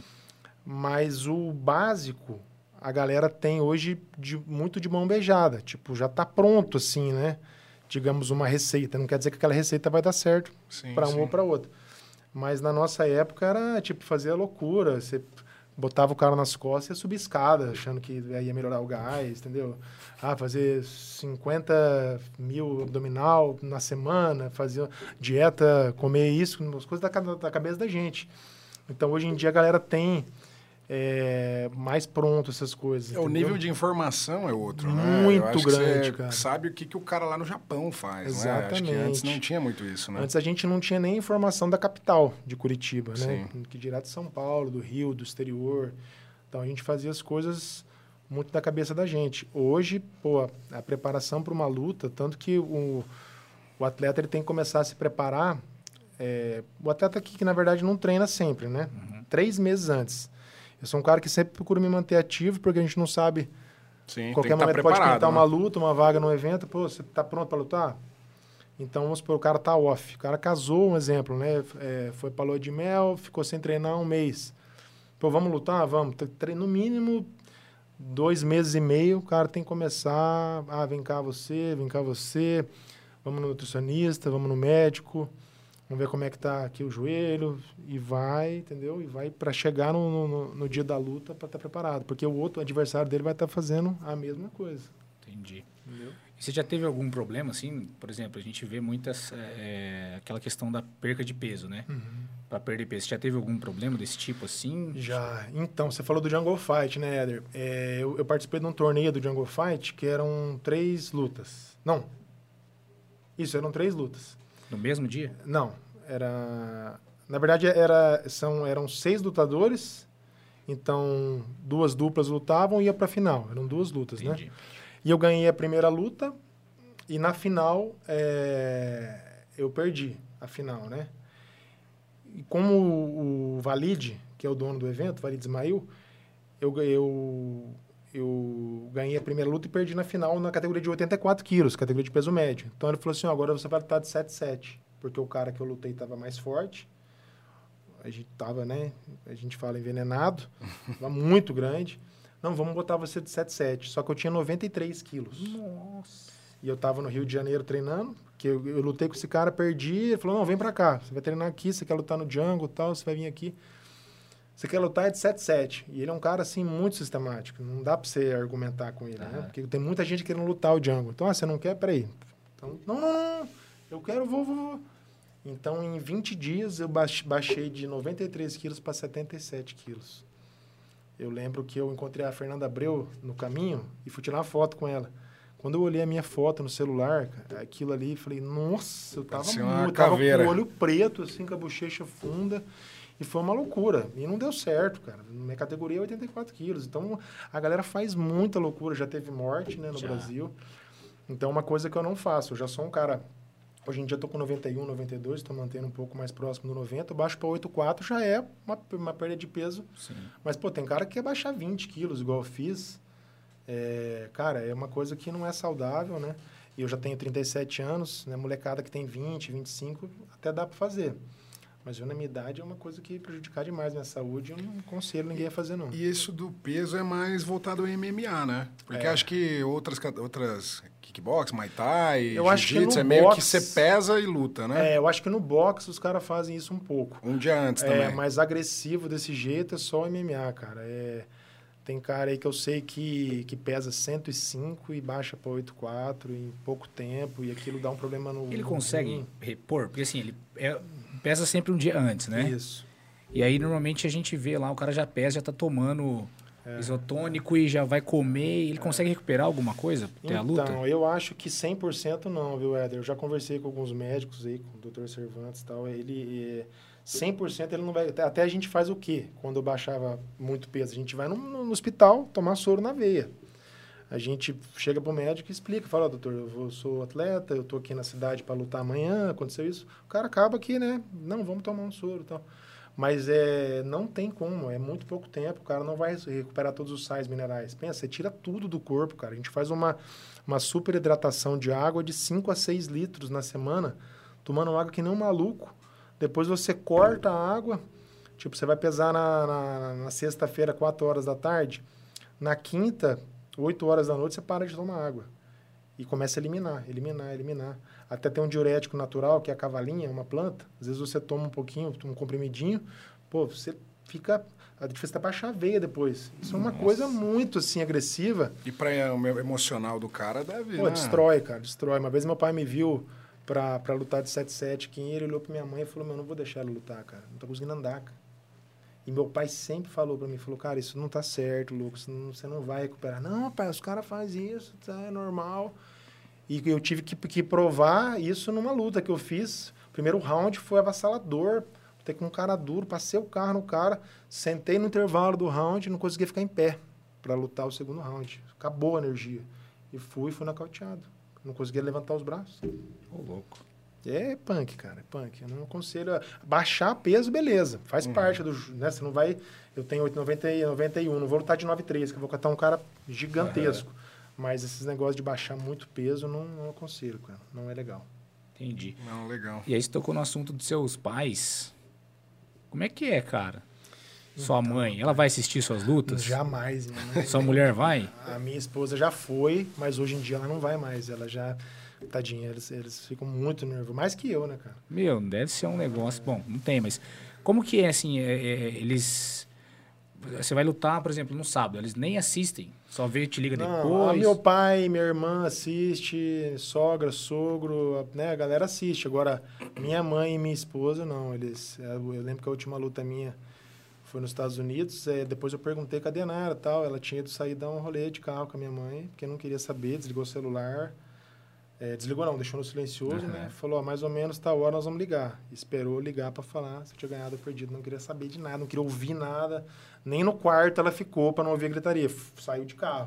Mas o básico, a galera tem hoje de, muito de mão beijada. Tipo, já tá pronto, assim, né? Digamos, uma receita. Não quer dizer que aquela receita vai dar certo para uma ou para outra. Mas na nossa época era, tipo, fazer a loucura. Você botava o cara nas costas e ia subir escada, achando que ia melhorar o gás, entendeu? Ah, fazer cinquenta mil abdominal na semana, fazer dieta, comer isso, as coisas da, da cabeça da gente. Então, hoje em dia, a galera tem é, mais pronto essas coisas. É, o nível de informação é outro, muito né? Muito grande, você cara. Sabe o que, que o cara lá no Japão faz, Exatamente. né? Acho que antes não tinha muito isso, né? Antes a gente não tinha nem informação da capital de Curitiba, né? Sim. Que direto de São Paulo, do Rio, do exterior. Então, a gente fazia as coisas muito da cabeça da gente. Hoje, pô, a preparação para uma luta, tanto que o, o atleta ele tem que começar a se preparar. É, o atleta aqui, que na verdade não treina sempre, né? Uhum. Três meses antes. Eu sou um cara que sempre procura me manter ativo, porque a gente não sabe... Sim, qualquer momento pode pintar, né? Uma luta, uma vaga no evento. Pô, você tá pronto para lutar? Então, vamos supor, o cara tá off. O cara casou, um exemplo, né? É, foi pra lua de mel, ficou sem treinar um mês. Pô, vamos lutar? Vamos. No mínimo, dois meses e meio, o cara tem que começar... Ah, vem cá você, vem cá você. Vamos no nutricionista, vamos no médico. Vamos ver como é que tá aqui o joelho. E vai, entendeu? E vai para chegar no, no, no dia da luta para estar tá preparado. Porque o outro adversário dele vai estar tá fazendo a mesma coisa. Entendi. Entendeu? E você já teve algum problema, assim? Por exemplo, a gente vê muitas... É, aquela questão da perca de peso, né? Uhum. Para perder peso. Você já teve algum problema desse tipo, assim? Já. Então, você falou do Jungle Fight, né, Éder? É, eu, eu participei de um torneio do Jungle Fight que eram três lutas. Não. Isso, eram três lutas. No mesmo dia? Não. Era... Na verdade, era, são, eram seis lutadores. Então, duas duplas lutavam e ia para a final. Eram duas lutas, Entendi. Né? E eu ganhei a primeira luta e na final é, eu perdi a final, né? E como o, o Valide, que é o dono do evento, Valide Ismail, eu, eu, eu ganhei a primeira luta e perdi na final na categoria de oitenta e quatro quilos, categoria de peso médio. Então ele falou assim, ó, agora você vai lutar de sete a sete, porque o cara que eu lutei estava mais forte. A gente tava, né? A gente fala envenenado, tava muito grande. Não, vamos botar você de sete a sete. Só que eu tinha noventa e três quilos. Nossa. E eu tava no Rio de Janeiro treinando, que eu, eu lutei com esse cara, perdi. Ele falou, não, vem pra cá. Você vai treinar aqui, você quer lutar no jungle e tal, você vai vir aqui. Você quer lutar é de sete a sete. E ele é um cara, assim, muito sistemático. Não dá pra você argumentar com ele, ah. né? Porque tem muita gente querendo lutar o jungle. Então, ah, você não quer? Peraí. Então, não, não, não. Eu quero, vou, vou, vou. Então, em vinte dias, eu baixei de noventa e três quilos para setenta e sete quilos. Eu lembro que eu encontrei a Fernanda Abreu no caminho e fui tirar uma foto com ela. Quando eu olhei a minha foto no celular, cara, aquilo ali, falei, nossa, eu tava, muito, tava com o olho preto, assim, com a bochecha funda. E foi uma loucura. E não deu certo, cara. Minha categoria é oitenta e quatro quilos. Então, a galera faz muita loucura. Já teve morte, né, no já. Brasil. Então, uma coisa que eu não faço. Eu já sou um cara... Hoje em dia eu tô com noventa e um, noventa e dois, estou mantendo um pouco mais próximo do noventa. Eu baixo para oitenta e quatro, já é uma, uma perda de peso. Sim. Mas, pô, tem cara que quer baixar vinte quilos, igual eu fiz. É, cara, é uma coisa que não é saudável, né? E eu já tenho trinta e sete anos, né? Molecada que tem vinte, vinte e cinco, até dá para fazer. Mas unanimidade é uma coisa que prejudicar demais a minha saúde, eu não aconselho ninguém a fazer, não. E isso do peso é mais voltado ao M M A, né? Porque É. acho que outras, outras kickbox, Muay Thai, Eu acho que jiu-jitsu, no é meio boxe- que você pesa e luta, né? É, eu acho que no boxe os caras fazem isso um pouco. Um dia antes É, também. mas agressivo desse jeito é só o M M A, cara. É, tem cara aí que eu sei que, que pesa cento e cinco e baixa para oito vírgula quatro em pouco tempo, e aquilo dá um problema no... Ele no consegue rim. repor? Porque assim, ele é- pesa sempre um dia antes, né? Isso. E aí, normalmente, a gente vê lá, o cara já pesa, já tá tomando isotônico e já vai comer. Ele consegue recuperar alguma coisa até a luta? Então, eu acho que cem por cento não, viu, Éder? Eu já conversei com alguns médicos aí, com o doutor Cervantes e tal, ele... É, cem por cento ele não vai... Até, até a gente faz o quê? Quando eu baixava muito peso, a gente vai no, no hospital tomar soro na veia. A gente chega pro médico e explica, fala, ó, doutor, eu vou- sou atleta, eu tô aqui na cidade para lutar amanhã, aconteceu isso. O cara acaba aqui, né? Não, vamos tomar um soro e tal. Mas é, não tem como, é muito pouco tempo, o cara não vai recuperar todos os sais minerais. Pensa, você tira tudo do corpo, cara. A gente faz uma, uma super hidratação de água de cinco a seis litros na semana, tomando água que nem um maluco. Depois você corta a água, tipo, você vai pesar na, na, na sexta-feira, quatro horas da tarde. Na quinta, oito horas da noite, você para de tomar água. E começa a eliminar, eliminar, eliminar. Até tem um diurético natural, que é a cavalinha, uma planta. Às vezes você toma um pouquinho, um comprimidinho, pô, você fica... A diferença é baixar a veia depois. Isso é uma Nossa. coisa muito, assim, agressiva. E para o emocional do cara deve... Pô, né? destrói, cara, destrói. Uma vez meu pai me viu pra, pra lutar de sete sete, quem ele olhou pra minha mãe e falou, meu, não vou deixar ela lutar, cara. Não tô conseguindo andar, cara. E meu pai sempre falou pra mim, falou, cara, isso não tá certo, Lucas, não, você não vai recuperar. Não, pai, os caras fazem isso, tá, é normal. E eu tive que, que provar isso numa luta que eu fiz. O primeiro round foi avassalador. Lutei com um cara duro, passei o carro no cara, sentei no intervalo do round e não conseguia ficar em pé pra lutar o segundo round. Acabou a energia. E fui, fui nocauteado. Não conseguia levantar os braços. Ô, louco. É punk, cara, é punk. Eu não aconselho. A... Baixar peso, beleza. Faz Uhum. parte do. Né? Você não vai. Eu tenho oito vírgula noventa e um, não vou lutar de nove três, que eu vou catar um cara gigantesco. Mas esses negócios de baixar muito peso, não, não aconselho, cara. Não é legal. Entendi. Não, legal. E aí você tocou no assunto dos seus pais. Como é que é, cara? Sua Então, mãe, ela vai assistir suas lutas? Jamais, minha mãe. Sua mulher vai? A minha esposa já foi, mas hoje em dia ela não vai mais. Ela já. Tadinha, eles, eles ficam muito nervosos. Mais que eu, né, cara? Meu, deve ser um negócio... Bom, não tem, mas... Como que é, assim, é, é, eles... Você vai lutar, por exemplo, no sábado. Eles nem assistem. Só vê, te liga Não, depois. a meu pai, minha irmã assiste, sogra, sogro, né? A galera assiste. Agora, minha mãe e minha esposa, não. Eles, eu lembro que a última luta minha foi nos Estados Unidos. É, depois eu perguntei cadê a Nara e tal. Ela tinha ido sair dar um rolê de carro com a minha mãe, porque não queria saber, desligou o celular. É, desligou não, deixou no silencioso, Uhum. né? Falou, ó, mais ou menos tá hora, nós vamos ligar. Esperou ligar para falar se eu tinha ganhado ou perdido. Não queria saber de nada, não queria ouvir nada. Nem no quarto ela ficou para não ouvir a gritaria. F- Saiu de carro.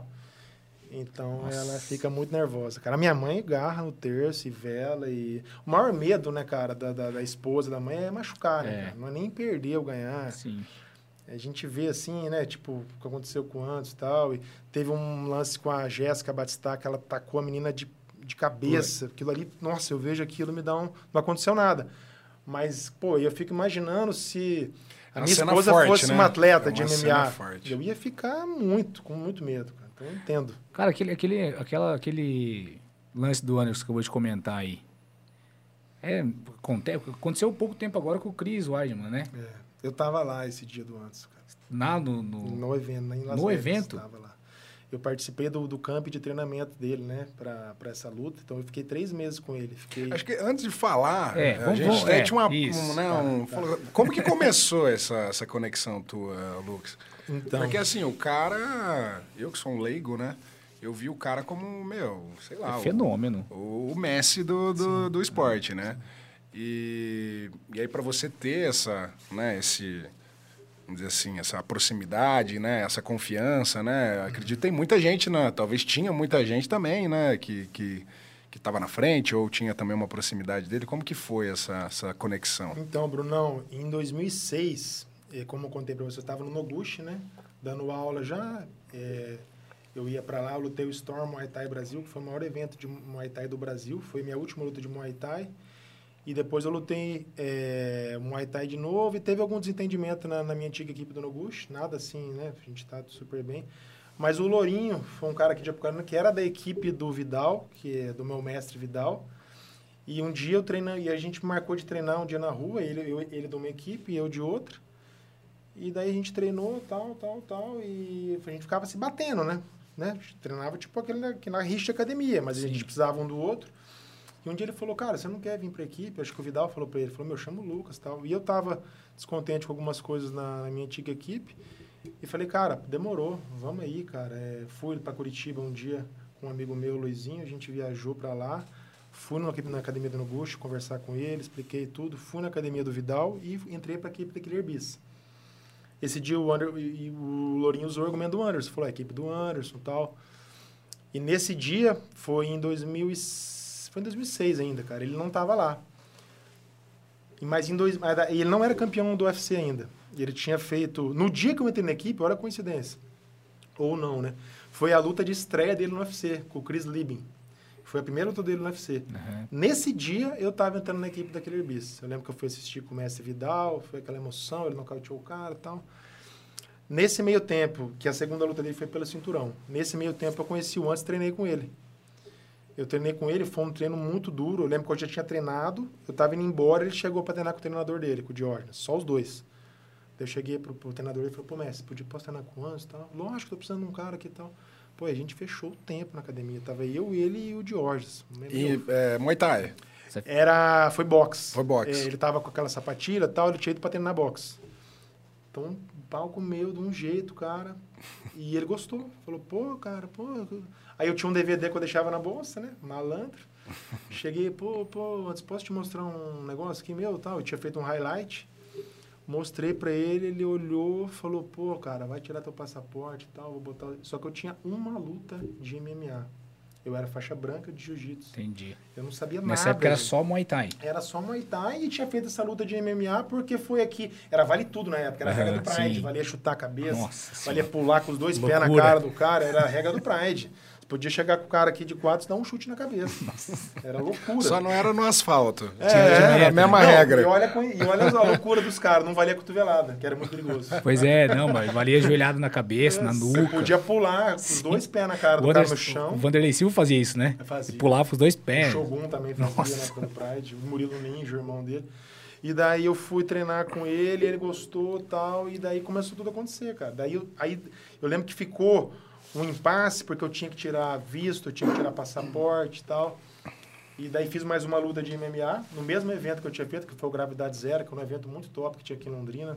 Então, Nossa. ela fica muito nervosa. Cara, a minha mãe garra no terço e vela. E... O maior medo, né, cara, da, da, da esposa, da mãe é machucar, né, É. cara? Não é nem perder ou ganhar. Sim. A gente vê assim, né? Tipo, o que aconteceu com o Anderson e tal. E teve um lance com a Jéssica Batistá, que ela tacou a menina de, de cabeça. Aquilo ali, nossa, eu vejo aquilo, me dá um... Não aconteceu nada. Mas, pô, eu fico imaginando se a Uma minha cena esposa forte, fosse né? uma atleta É de uma M M cena A. forte. Eu ia ficar muito, com muito medo, cara. Então eu entendo. Cara, aquele, aquele, aquela, aquele lance do Anderson que eu vou te comentar aí. É, aconte- aconteceu pouco tempo agora com o Chris Weidman, né? É, eu tava lá esse dia do Anderson, cara. Lá no... no- No evento, em Las No Vegas, evento? Tava lá. Eu participei do, do camp de treinamento dele, né? Pra, pra essa luta. Então eu fiquei três meses com ele. Fiquei... Acho que antes de falar, É, a vamos- gente vamos- é, é, tinha uma, isso. um, né, Tá, um- tá. falou- como que começou essa, essa conexão tua, Lucas? Então, Porque assim, o cara, eu que sou um leigo, né? Eu vi o cara como, meu, sei lá, É o- fenômeno. o, o Messi do, do, do esporte, né? E, e aí para você ter essa, né, esse, vamos dizer assim, essa proximidade, né, essa confiança, né? Acredito que tem muita gente, né? Talvez tinha muita gente também, né, que que que estava na frente ou tinha também uma proximidade dele. Como que foi essa, essa conexão? então, Brunão, em dois mil e seis, eh, como eu contei pra você, eu estava no Noguchi, né? Dando aula já. eh, eu ia pra lá, eu lutei o Storm Muay Thai Brasil, que foi o maior evento de Muay Thai do Brasil. Foi minha última luta de Muay Thai. E depois eu lutei é, Muay Thai de novo e teve algum desentendimento na, na minha antiga equipe do Noguchi. Nada assim, né? A gente tá super bem. Mas o Lourinho foi um cara aqui de Apucarana que era da equipe do Vidal, que é do meu mestre Vidal. E um dia eu treinei, e a gente marcou de treinar um dia na rua, ele, eu, ele de uma equipe e eu de outra. E daí a gente treinou, tal, tal, tal, e a gente ficava se batendo, né? né? A gente treinava tipo aquele na, na rixa de academia, mas Sim. a gente precisava um do outro. E um dia ele falou, cara, você não quer vir pra equipe? Acho que o Vidal falou pra ele, falou, meu, chama o Lucas e tal. E eu tava descontente com algumas coisas na, na minha antiga equipe. E falei, cara, demorou, vamos aí, cara. É, fui pra Curitiba um dia com um amigo meu, Luizinho, a gente viajou pra lá. Fui na, na academia do Noguchi conversar com ele, expliquei tudo. Fui na academia do Vidal e entrei pra equipe da Killer Bees. Esse dia o, Ander, e o Lourinho usou o argumento do Anderson. Falou, a equipe do Anderson e tal. E nesse dia, foi em dois mil e Foi em dois mil e seis ainda, cara. Ele não estava lá. Mas em dois, ele não era campeão do U F C ainda. Ele tinha feito... No dia que eu entrei na equipe, olha a coincidência. Ou não, né? Foi a luta de estreia dele no U F C, com o Chris Lieben. Foi a primeira luta dele no U F C. Uhum. Nesse dia, eu estava entrando na equipe da Killer Bees. Eu lembro que eu fui assistir com o mestre Vidal, foi aquela emoção, ele nocauteou o cara e tal. Nesse meio tempo, que a segunda luta dele foi pelo cinturão, nesse meio tempo eu conheci o Anderson e treinei com ele. Eu treinei com ele, foi um treino muito duro. Eu lembro que eu já tinha treinado, eu estava indo embora, ele chegou para treinar com o treinador dele, com o Diógenes, só os dois. Daí eu cheguei pro, pro treinador e falei, pô, mestre, podia, posso treinar com o Anderson e tal? Lógico, tô precisando de um cara aqui e tal. Pô, a gente fechou o tempo na academia. Tava eu, ele e o Diógenes. E é, Muay Thai? Era, foi boxe. Foi boxe. É, ele tava com aquela sapatilha e tal, ele tinha ido pra treinar boxe. Então, um palco meio de um jeito, cara. E ele gostou. Falou, pô, cara, pô... Aí eu tinha um D V D que eu deixava na bolsa, né? Malandro. Cheguei, pô, pô, antes posso te mostrar um negócio aqui meu, tal? Eu tinha feito um highlight. Mostrei pra ele, ele olhou, falou, pô, cara, vai tirar teu passaporte e tal, vou botar... Só que eu tinha uma luta de M M A. Eu era faixa branca de jiu-jitsu. Entendi. Eu não sabia Nessa nada. época era só Muay Thai. Era só Muay Thai e tinha feito essa luta de M M A porque foi aqui... Era vale tudo na época, era a regra do Pride. Sim. Valia chutar a cabeça, Nossa, valia senhora. pular com os dois Loucura. pés na cara do cara, era a regra do Pride. Podia chegar com o cara aqui de quatro e dar um chute na cabeça. Nossa. Era loucura. Só não era no asfalto. É, Tinha, era a mesma não, regra. E olha, e olha a loucura dos caras. Não valia cotovelada, que era muito perigoso. Pois é, não, mas valia ajoelhado na cabeça, é, na nuca. Você podia pular com os dois pés na cara do Wander, cara no chão. O Vanderlei Silva fazia isso, né? Fazia. E pulava com os dois pés. O Shogun também fazia Nossa. na época do Pride. O Murilo Ninja, o irmão dele. E daí eu fui treinar com ele, ele gostou e tal. E daí começou tudo a acontecer, cara. Daí eu, aí, eu lembro que ficou... um impasse, porque eu tinha que tirar visto, eu tinha que tirar passaporte e tal. E daí fiz mais uma luta de M M A, no mesmo evento que eu tinha feito, que foi o Gravidade Zero, que é um evento muito top que tinha aqui em Londrina.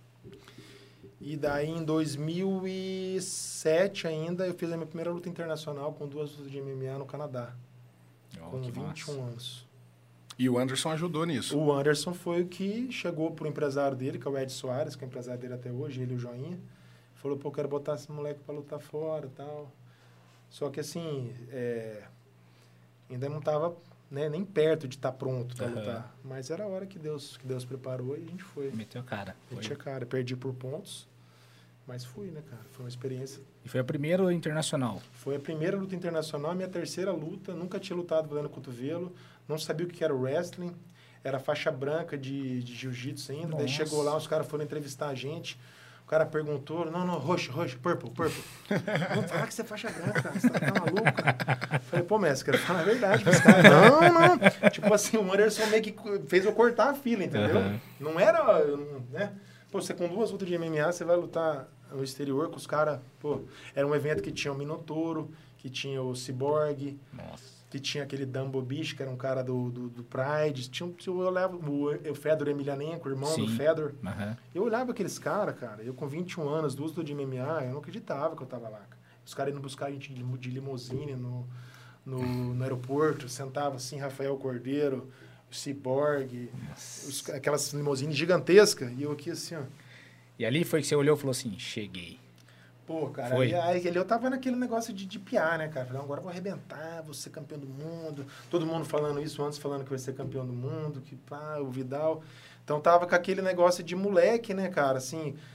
E daí em dois mil e sete ainda, eu fiz a minha primeira luta internacional com duas lutas de M M A no Canadá. Oh, com vinte e um anos. E o Anderson ajudou nisso? O Anderson foi o que chegou pro empresário dele, que é o Ed Soares, que é o empresário dele até hoje, ele e o Joinha. Falou, pô, eu quero botar esse moleque pra lutar fora e tal. Só que, assim, é, ainda não tava né, nem perto de estar tá pronto pra uhum. lutar. Mas era a hora que Deus, que Deus preparou e a gente foi. Meteu a cara. Meti a cara. Perdi por pontos, mas fui, né, cara? Foi uma experiência. E foi a primeira internacional? Foi a primeira luta internacional, minha terceira luta. Nunca tinha lutado valendo cotovelo. Não sabia o que era o wrestling. Era faixa branca de, de jiu-jitsu ainda. Nossa. Daí chegou lá, os caras foram entrevistar a gente. O cara perguntou, não, não, roxo, roxo, purple, purple. Não, fala que você é faixa branca, cara, você tá, tá maluco, cara. Falei, pô, mestre, quero falar a verdade pra esse cara. Não, não. Tipo assim, o Anderson meio que fez eu cortar a fila, entendeu? Uhum. Não era, né? Pô, você com duas lutas de M M A, você vai lutar no exterior com os caras, pô. Era um evento que tinha o Minotouro, que tinha o Cyborg. Nossa. Que tinha aquele Dumbo Bicho, que era um cara do, do, do Pride. Tinha, eu olhava o, o Fedor Emelianenko, o irmão Sim. do Fedor. Uhum. Eu olhava aqueles caras, cara. Eu com vinte e um anos, duas lutas de M M A, eu não acreditava que eu tava lá. Cara. Os caras indo buscar a gente de, de limusine no, no, no aeroporto. Sentava assim, Rafael Cordeiro, o Cyborg, os, aquelas limusines gigantescas. E eu aqui assim, ó. E ali foi que você olhou e falou assim, cheguei. Pô, cara, aí, aí eu tava naquele negócio de, de piar, né, cara? Falei, agora eu vou arrebentar, vou ser campeão do mundo. Todo mundo falando isso antes, falando que vai ser campeão do mundo, que pá, o Vidal. Então tava com aquele negócio de moleque, né, cara? Assim,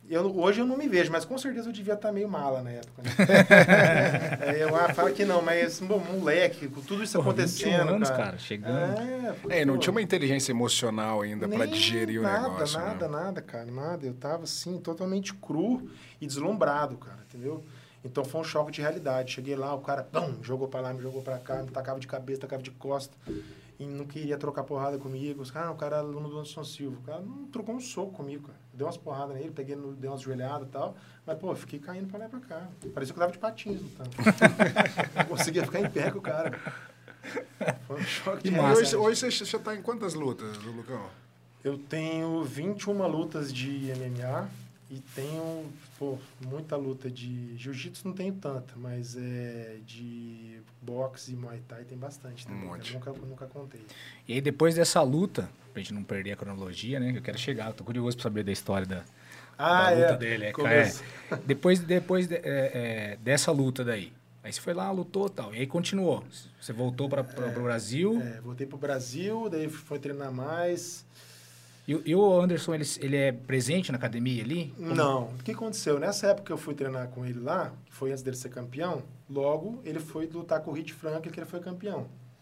Eu, hoje eu não me vejo, mas com certeza eu devia estar meio mala na época. Né? é, eu ah, falo que não, mas bom, moleque, com tudo isso Porra, acontecendo, anos, cara. cara, chegando. É, é não tinha uma inteligência emocional ainda para digerir nada, o negócio. Nada, né? nada, cara, nada. Eu tava assim, totalmente cru e deslumbrado, cara, entendeu? Então foi um choque de realidade. Cheguei lá, o cara, pum, jogou pra lá, me jogou pra cá, me tacava de cabeça, tacava de costa. E não queria trocar porrada comigo. Os caras, ah, o cara é aluno do Anderson Silva. O cara não trocou um soco comigo, cara. Deu umas porradas nele, peguei, no, dei umas joelhadas e tal. Mas, pô, fiquei caindo pra lá e pra cá. Parecia que eu tava de patins lutando. Não conseguia ficar em pé com o cara. Foi um choque de realidade. Hoje, hoje você já tá em quantas lutas, Lucão? Eu tenho vinte e uma lutas de M M A. E tenho, pô, muita luta de... Jiu-jitsu não tenho tanta, mas é de boxe e Muay Thai tem bastante também. Um monte. Eu nunca, nunca contei. E aí, depois dessa luta, pra gente não perder a cronologia, né? Que eu quero chegar, eu tô curioso pra saber da história da, ah, da luta é. dele. É, é, depois depois de, é, é, dessa luta daí, aí você foi lá, lutou e tal. E aí continuou. Você voltou para é, o Brasil. É, voltei pro Brasil, daí foi treinar mais... E, e o Anderson, ele, ele é presente na academia ali? Como... Não. O que aconteceu? Nessa época que eu fui treinar com ele lá, que foi antes dele ser campeão, logo ele foi lutar com o Rich Franklin, que ele foi campeão.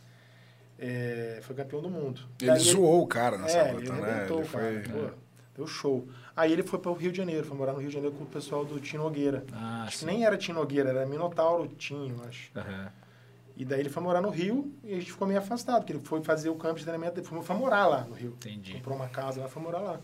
É, foi campeão do mundo. Ele Daí zoou ele... o cara nessa é, luta, ele né? Ele o cara. Foi... Pô, deu show. Aí ele foi para o Rio de Janeiro, foi morar no Rio de Janeiro com o pessoal do Tino Nogueira. Ah, acho sim. que nem era Tino Nogueira, era Minotauro Tinho, acho. Uhum. E daí ele foi morar no Rio e a gente ficou meio afastado, porque ele foi fazer o campo de treinamento, ele foi, foi morar lá no Rio. Entendi. Comprou uma casa lá, foi morar lá.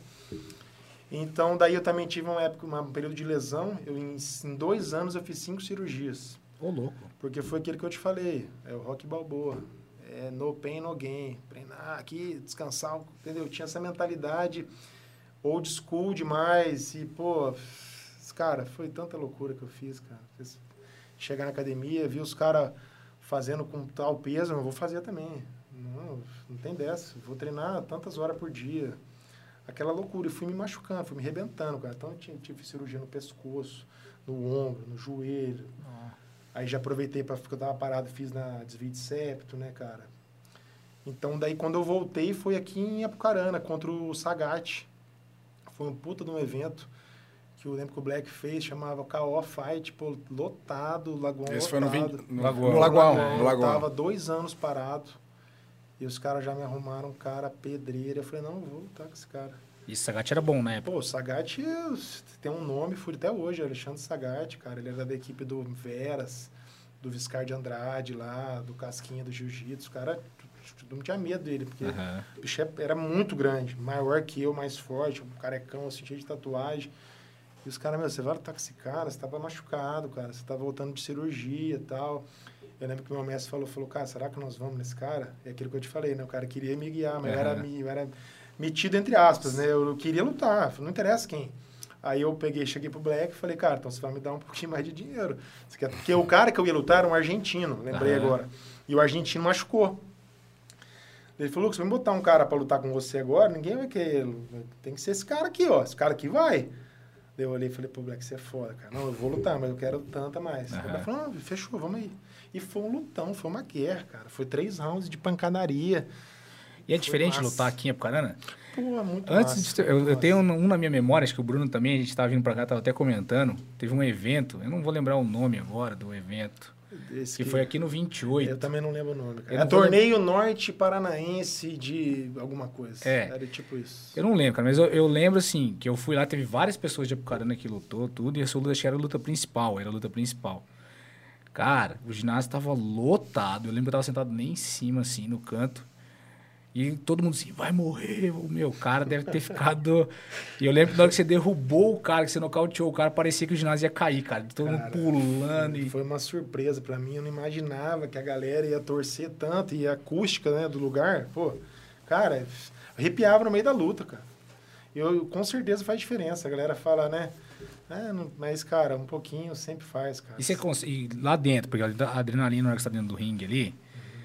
Então, daí eu também tive uma época, um período de lesão. Eu, em, em dois anos eu fiz cinco cirurgias. Ô, louco. Porque foi aquele que eu te falei, é o Rocky Balboa. É no pain, no gain. Treinar aqui, descansar, entendeu? Eu tinha essa mentalidade old school demais. E, pô, cara, foi tanta loucura que eu fiz, cara. Chegar na academia, vi os caras fazendo com tal peso, eu vou fazer também. Não, não tem dessa. Vou treinar tantas horas por dia. Aquela loucura. E fui me machucando, fui me arrebentando, cara. Então, eu tive, tive cirurgia no pescoço, no ombro, no joelho. Oh. Aí já aproveitei para ficar, eu tava parado, fiz na desvio de septo, né, cara? Então, daí, quando eu voltei, foi aqui em Apucarana, contra o Sagat. Foi um puta de um evento que eu lembro que o Black fez, chamava K O Fight, pô, lotado, Lagoão Esse lotado. foi no, vinte, no, Lagoão. no Lagoão. No Lagoão. Eu tava dois anos parado. E os caras já me arrumaram um cara pedreira. Eu falei, não, vou lutar com esse cara. E Sagat era bom na época? Pô, o Sagat tem um nome, fui até hoje, Alexandre Sagat, cara. Ele era da equipe do Veras, do Viscar de Andrade lá, do Casquinha do Jiu-Jitsu. O cara, não tinha medo dele, porque uhum. o bicho era muito grande, maior que eu, mais forte, um carecão, assim, cheio de tatuagem. E os caras, meu, você vai lutar com esse cara, você tava machucado, cara, você tá voltando de cirurgia e tal. Eu lembro que meu mestre falou, falou, cara, será que nós vamos nesse cara? É aquilo que eu te falei, né? O cara queria me guiar, mas uhum. eu, era, eu era metido entre aspas, né? Eu queria lutar, não interessa quem. Aí eu peguei, cheguei pro Black e falei, cara, então você vai me dar um pouquinho mais de dinheiro. Você quer... Porque o cara que eu ia lutar era um argentino, lembrei uhum. agora. E o argentino machucou. Ele falou, Lucas, se eu botar um cara pra lutar com você agora, ninguém vai querer. Tem que ser esse cara aqui, ó. Esse cara aqui vai. Daí eu olhei e falei, pô, Black, você é foda, cara. Não, eu vou lutar, mas eu quero tanta mais. Uhum. Ele falou, não, fechou, vamos aí. E foi um lutão, foi uma guerra, cara. Foi três rounds de pancadaria. E é foi diferente massa. Lutar aqui em Apucarana? Pô, muito Antes massa. De, eu, muito eu tenho um, um na minha memória, acho que o Bruno também, a gente estava vindo para cá, estava até comentando. Teve um evento, eu não vou lembrar o nome agora do evento. Esse que, que foi aqui no vinte e oito. Eu também não lembro o nome, cara. É Torneio lembra... Norte Paranaense de alguma coisa. É. Era tipo isso. Eu não lembro, cara, mas eu, eu lembro, assim, que eu fui lá, teve várias pessoas de Apucarana que lutou, tudo, e essa luta, acho que era a luta principal, era a luta principal. Cara, o ginásio tava lotado, eu lembro que eu tava sentado nem em cima, assim, no canto, e todo mundo assim, vai morrer, o meu cara deve ter ficado... E eu lembro que na hora que você derrubou o cara, que você nocauteou o cara, parecia que o ginásio ia cair, cara. Todo cara, mundo pulando. E... Foi uma surpresa pra mim, eu não imaginava que a galera ia torcer tanto, e a acústica, né, do lugar, pô, cara, arrepiava no meio da luta, cara. Eu, com certeza faz diferença, a galera fala, né, é, não, mas, cara, um pouquinho sempre faz, cara. E você consegue, lá dentro, porque a adrenalina na hora que você tá dentro do ringue ali...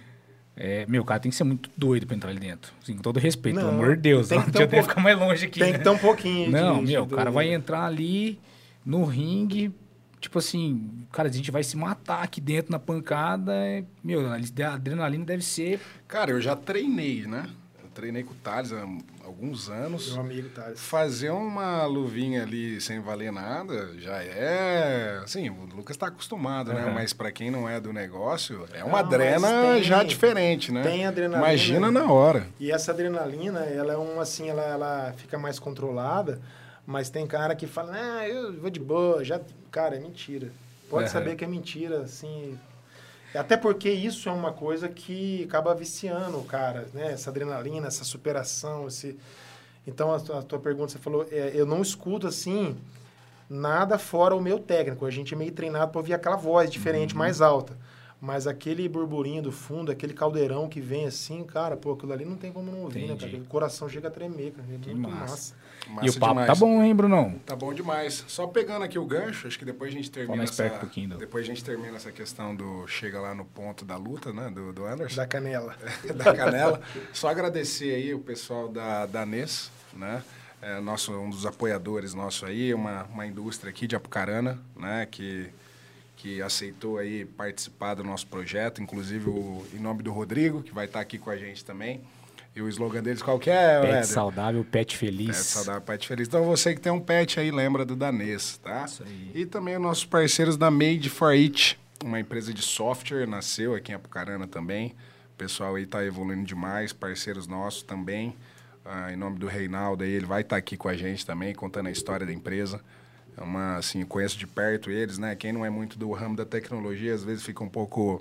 É, meu, cara tem que ser muito doido pra entrar ali dentro. Assim, com todo respeito, não, pelo amor de Deus. Tem que ter um pouco... ficar mais longe aqui. Tem né? que ter um pouquinho. Não, de, meu, de o cara do... vai entrar ali no ringue, tipo assim, cara, a gente vai se matar aqui dentro na pancada. É, meu, a adrenalina deve ser... Cara, eu já treinei, né? Eu treinei com o Thales há alguns anos. Meu amigo Thales. Fazer uma luvinha ali sem valer nada já é... Assim, o Lucas está acostumado, uhum. né? Mas para quem não é do negócio, é uma não, adrena tem, já diferente, né? Tem adrenalina. Imagina na hora. E essa adrenalina, ela é um, assim, ela, ela fica mais controlada, mas tem cara que fala, ah, eu vou de boa, já... Cara, é mentira. Pode uhum. saber que é mentira, assim... Até porque isso é uma coisa que acaba viciando o cara, né? Essa adrenalina, essa superação, esse... Então, a, a tua pergunta, você falou, é, eu não escuto, assim, nada fora o meu técnico. A gente é meio treinado para ouvir aquela voz diferente, uhum. mais alta. Mas aquele burburinho do fundo, aquele caldeirão que vem assim, cara, pô, aquilo ali não tem como não ouvir, Entendi. né, cara? Aquele coração chega a tremer, cara. É que muito massa. massa. massa. E o papo demais. Tá bom, hein, Brunão? Tá bom demais. Só pegando aqui o gancho, acho que depois a gente termina essa... Um pouquinho, do... Depois a gente termina essa questão do... Chega lá no ponto da luta, né, do, do Anderson. Da canela. da canela. Só agradecer aí o pessoal da, da N E S, né? É nosso, um dos apoiadores nosso aí, uma, uma indústria aqui de Apucarana, né, que... que aceitou aí participar do nosso projeto, inclusive o, em nome do Rodrigo, que vai estar aqui com a gente também. E o slogan deles qual que é, Pet Éder? saudável, pet feliz. Pet saudável, pet feliz. Então você que tem um pet aí, lembra do Danês, tá? Isso aí. E também os nossos parceiros da Made for It, uma empresa de software, nasceu aqui em Apucarana também. O pessoal aí tá evoluindo demais, parceiros nossos também. Ah, em nome do Reinaldo aí, ele vai estar aqui com a gente também, contando a história da empresa. É uma, assim, conheço de perto eles, né? Quem não é muito do ramo da tecnologia, às vezes fica um pouco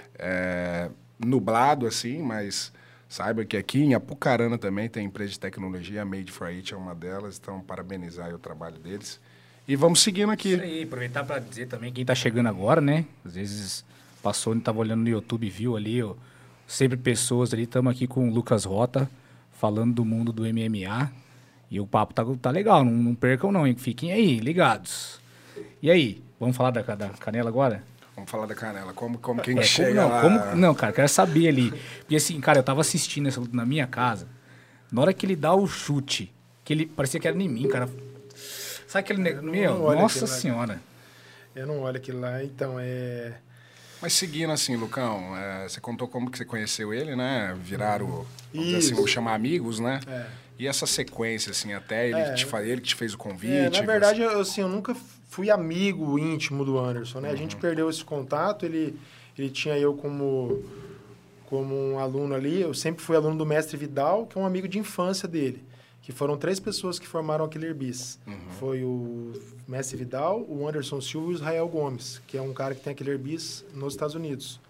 é, nublado, assim, mas saiba que aqui em Apucarana também tem empresa de tecnologia, a Made for It é uma delas, então parabenizar aí o trabalho deles. E vamos seguindo aqui. Isso aí, aproveitar para dizer também, quem tá chegando agora, né? Às vezes passou, não tava olhando no YouTube e viu ali, ó, sempre pessoas ali, estamos aqui com o Lucas Rota, falando do mundo do M M A. E o papo tá, tá legal, não, não percam não, hein? Fiquem aí, ligados. E aí, vamos falar da, da canela agora? Vamos falar da canela, como, como quem é, chega como, não, lá... como, não, cara, quero saber ali. Porque assim, cara, eu tava assistindo essa luta na minha casa, na hora que ele dá o chute, que ele parecia que era em mim, cara. Sabe aquele negócio? Meu, nossa senhora. Eu não olho aquilo lá, então é... Mas seguindo assim, Lucão, é, você contou como que você conheceu ele, né? Viraram, vamos assim, vamos chamar amigos, né? É. E essa sequência, assim, até ele, é. que, te, ele que te fez o convite? É, na verdade, você... eu, assim, eu nunca fui amigo íntimo do Anderson, né? Uhum. A gente perdeu esse contato, ele, ele tinha eu como, como um aluno ali, eu sempre fui aluno do Mestre Vidal, que é um amigo de infância dele, que foram três pessoas que formaram a Killer Bees. Uhum. Foi o Mestre Vidal, o Anderson Silva e o Israel Gomes, que é um cara que tem a Killer Bees nos Estados Unidos.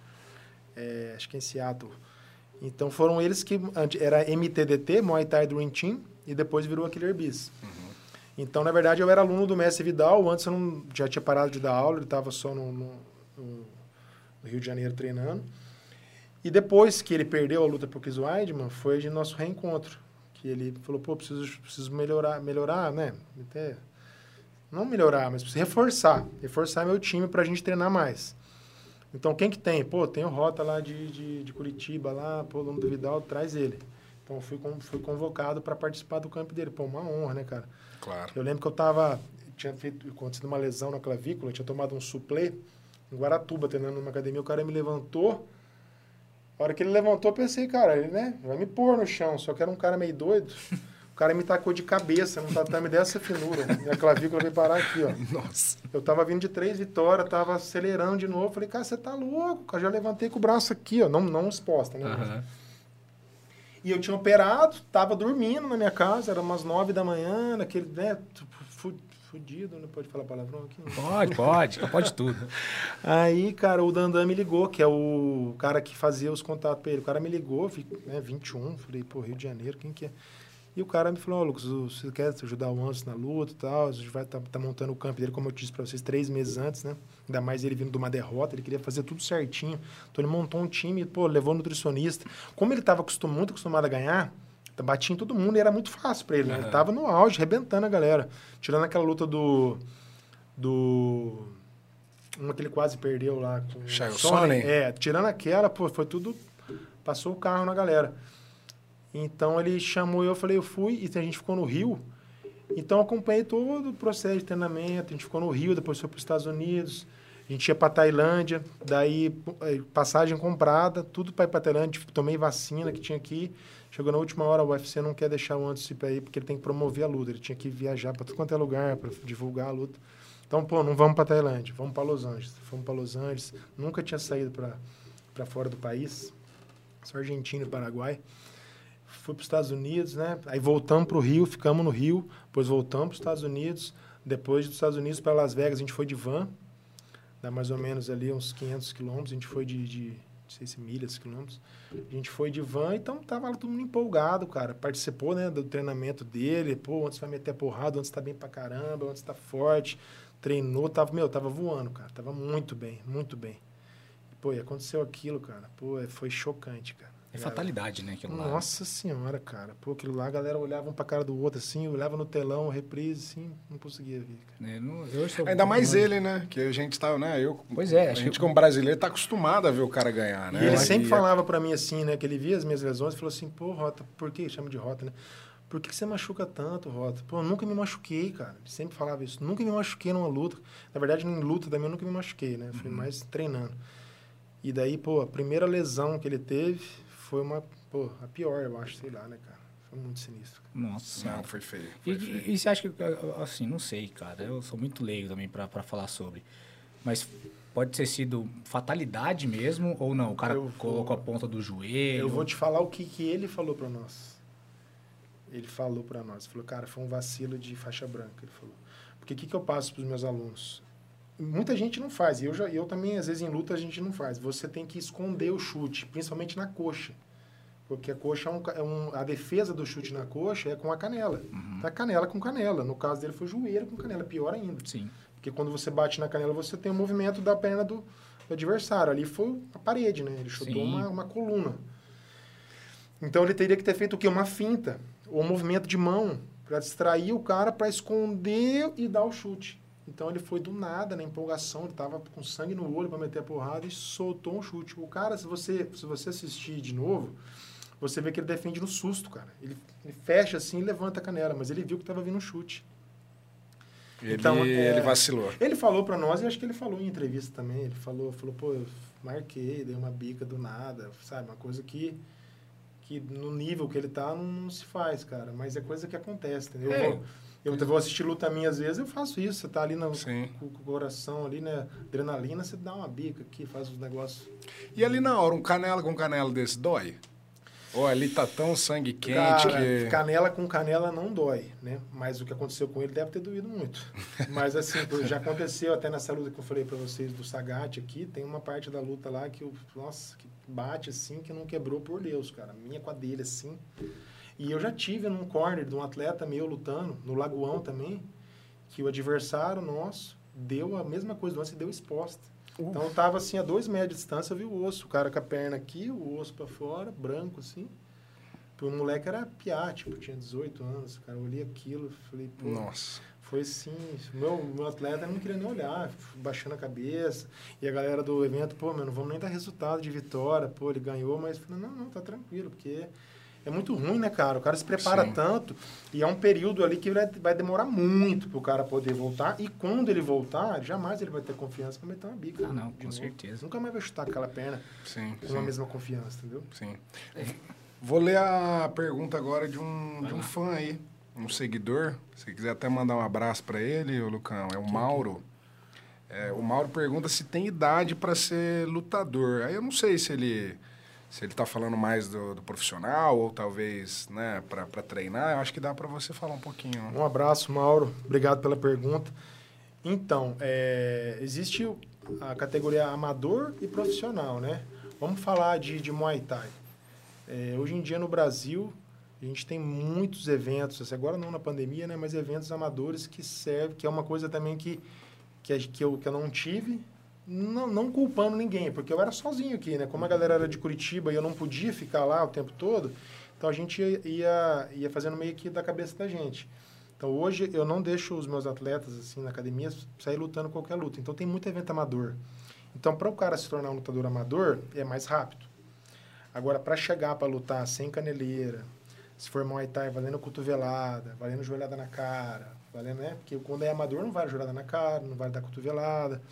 É, acho que é em Seattle. Então, foram eles que... Era M T D T, Muay Thai Dream Team, e depois virou a Killer Bees. Uhum. Então, na verdade, eu era aluno do Mestre Vidal. Antes, eu não, já tinha parado de dar aula. Ele estava só no, no, no Rio de Janeiro treinando. E depois que ele perdeu a luta pro Chris Weidman, foi de nosso reencontro. Que ele falou, pô, preciso, preciso melhorar, melhorar, né? Até, não melhorar, mas preciso reforçar. Reforçar meu time para a gente treinar mais. Então, quem que tem? Pô, tem o Rota lá de, de, de Curitiba, lá, pô, o aluno do Vidal, traz ele. Então, eu fui, fui convocado para participar do campo dele. Pô, uma honra, né, cara? Claro. Eu lembro que eu tava... Tinha feito, acontecido uma lesão na clavícula, tinha tomado um suplê em Guaratuba, treinando numa academia. O cara me levantou. A hora que ele levantou, eu pensei, cara, ele, né, vai me pôr no chão. Só que era um cara meio doido. O cara me tacou de cabeça num tatame dessa finura. Minha clavícula veio parar aqui, ó. Nossa. Eu tava vindo de três vitórias, tava acelerando de novo. Falei, cara, você tá louco? Eu já levantei com o braço aqui, ó. Não, não exposta, né? Uhum. E eu tinha operado, tava dormindo na minha casa, era umas nove da manhã, naquele, né, fudido, não pode falar palavrão aqui? Não. Pode, pode, pode tudo. Aí, cara, o Dandan me ligou, que é o cara que fazia os contatos pra ele. O cara me ligou, né, vinte e um, falei, pô, Rio de Janeiro, quem que é? E o cara me falou, ó, oh, Lucas, você quer ajudar o Anderson na luta e tal, a gente vai estar tá, tá montando o campo dele, como eu disse para vocês, três meses antes, né? Ainda mais ele vindo de uma derrota, ele queria fazer tudo certinho. Então ele montou um time, pô, levou um nutricionista. Como ele estava acostum, muito acostumado a ganhar, batia em todo mundo e era muito fácil para ele, né? Uhum. Ele tava no auge, arrebentando a galera. Tirando aquela luta do... do uma que ele quase perdeu lá com o Sonnen. É, tirando aquela, pô, foi tudo... Passou o carro na galera. Então, ele chamou eu, eu falei, eu fui, e a gente ficou no Rio. Então, eu acompanhei todo o processo de treinamento, a gente ficou no Rio, depois foi para os Estados Unidos. A gente ia pra Tailândia, daí passagem comprada, tudo pra ir pra Tailândia, tomei vacina que tinha aqui. Chegou na última hora, o U F C não quer deixar o Anderson ir pra aí, porque ele tem que promover a luta. Ele tinha que viajar pra tudo quanto é lugar, pra divulgar a luta. Então, pô, não vamos pra Tailândia, vamos pra Los Angeles. Fomos pra Los Angeles, nunca tinha saído pra, pra fora do país, só Argentina e Paraguai. Fui pros Estados Unidos, né? Aí voltamos pro Rio, ficamos no Rio, depois voltamos pros Estados Unidos. Depois dos Estados Unidos para Las Vegas, a gente foi de van, dá mais ou menos ali uns quinhentos quilômetros, a gente foi de, de, não sei se milhas, quilômetros. A gente foi de van, então tava todo mundo empolgado, cara. Participou, né, do treinamento dele, pô, onde você vai meter a porrada, onde você tá bem pra caramba, onde você tá forte. Treinou, tava, meu, tava voando, cara. Tava muito bem, muito bem. E, pô, e aconteceu aquilo, cara. Pô, foi chocante, cara. É fatalidade, né? Aquilo lá. Nossa senhora, cara. Pô, aquilo lá, a galera olhava um pra cara do outro, assim, olhava no telão, reprise, assim, não conseguia ver, cara. É, não, eu sou... Ainda mais ele, né? Que a gente tá, né? Eu, pois é. A gente, como brasileiro, tá acostumado a ver o cara ganhar, né? E ele e sempre e falava pra mim assim, né? Que ele via as minhas lesões e falou assim, pô, Rota, por que? Chama de Rota, né? Por que você machuca tanto, Rota? Pô, eu nunca me machuquei, cara. Ele sempre falava isso. Nunca me machuquei numa luta. Na verdade, em luta também eu nunca me machuquei, né? Fui uhum. mais treinando. E daí, pô, a primeira lesão que ele teve foi uma... Pô, a pior, eu acho, sei lá, né, cara? Foi muito sinistro. Nossa. Não, foi feio. Foi e, feio. E, e você acha que, assim, não sei, cara, eu sou muito leigo também pra, pra falar sobre, mas pode ter sido fatalidade mesmo ou não? O cara eu colocou vou, a ponta do joelho? Eu vou te falar o que, que ele falou pra nós. Ele falou pra nós, falou, cara, foi um vacilo de faixa branca, ele falou. Porque o que, que eu passo pros meus alunos? Muita gente não faz, e eu, já, eu também, às vezes, em luta, a gente não faz. Você tem que esconder o chute, principalmente na coxa. Porque a coxa é um, é um... A defesa do chute na coxa é com a canela. Uhum. Tá canela com canela. No caso dele, foi joelho com canela. Pior ainda. Sim. Porque quando você bate na canela, você tem o movimento da perna do, do adversário. Ali foi a parede, né? Ele chutou uma, uma coluna. Então, ele teria que ter feito o quê? Uma finta. Ou um movimento de mão. Para distrair o cara, para esconder e dar o chute. Então, ele foi do nada, na empolgação. Ele tava com sangue no olho para meter a porrada e soltou um chute. O cara, se você, se você assistir de novo... Você vê que ele defende no susto, cara. Ele, ele fecha assim e levanta a canela, mas ele viu que estava vindo um chute. Ele, então, é, ele vacilou. Ele falou para nós, e acho que ele falou em entrevista também, ele falou, falou, pô, eu marquei, dei uma bica do nada, sabe? Uma coisa que, que no nível que ele tá não, não se faz, cara. Mas é coisa que acontece, entendeu? É. Eu, vou, eu vou assistir luta minha, às vezes, eu faço isso. Você tá ali no, com, com o coração, ali, né? Adrenalina, você dá uma bica aqui, faz os negócios. E ali na hora, um canela com canela desse dói? Ou ali tá tão sangue quente Cara, que... Canela com canela não dói, né? Mas o que aconteceu com ele deve ter doído muito. Mas assim, já aconteceu até nessa luta que eu falei pra vocês do Sagat aqui, tem uma parte da luta lá que, nossa, que bate assim, que não quebrou por Deus, cara. Minha com a dele, assim. E eu já tive num corner de um atleta meu lutando, no Lagoão também, que o adversário nosso deu a mesma coisa do lance e deu exposta. Uf. Então, eu tava assim, a dois metros de distância, eu vi o osso. O cara com a perna aqui, o osso pra fora, branco, assim. O moleque era piá, tipo, tinha dezoito anos. Cara, eu olhei aquilo, falei, pô... Nossa. Foi assim, meu, meu atleta não queria nem olhar, baixando a cabeça. E a galera do evento, pô, meu, não vamos nem dar resultado de vitória. Pô, ele ganhou, mas... Falei, não, não, tá tranquilo, porque... É muito ruim, né, cara? O cara se prepara Sim. tanto e é um período ali que vai demorar muito pro cara poder voltar. E quando ele voltar, jamais ele vai ter confiança para meter uma bica. Ah, não, com novo. certeza. Nunca mais vai chutar aquela perna sim, com sim. a mesma confiança, entendeu? Sim. Vou ler a pergunta agora de um, de um fã aí, um seguidor. Se quiser até mandar um abraço para ele, o Lucão, é o Mauro. É, o Mauro pergunta se tem idade para ser lutador. Aí eu não sei se ele... Se ele está falando mais do, do profissional ou talvez, né, para treinar, eu acho que dá para você falar um pouquinho. Um abraço, Mauro. Obrigado pela pergunta. Então, é, existe a categoria amador e profissional, né? Vamos falar de, de Muay Thai. É, hoje em dia, no Brasil, a gente tem muitos eventos, agora não na pandemia, né, mas eventos amadores que servem, que é uma coisa também que, que, que, eu, que eu não tive... Não, não culpando ninguém, porque eu era sozinho aqui, né? Como a galera era de Curitiba e eu não podia ficar lá o tempo todo, então a gente ia, ia fazendo meio que da cabeça da gente. Então hoje eu não deixo os meus atletas assim na academia sair lutando qualquer luta. Então tem muito evento amador. Então para o cara se tornar um lutador amador é mais rápido. Agora para chegar para lutar sem caneleira, se for Muay Thai valendo cotovelada, valendo joelhada na cara, valendo, né? Porque quando é amador não vale joelhada na cara, não vale dar cotovelada.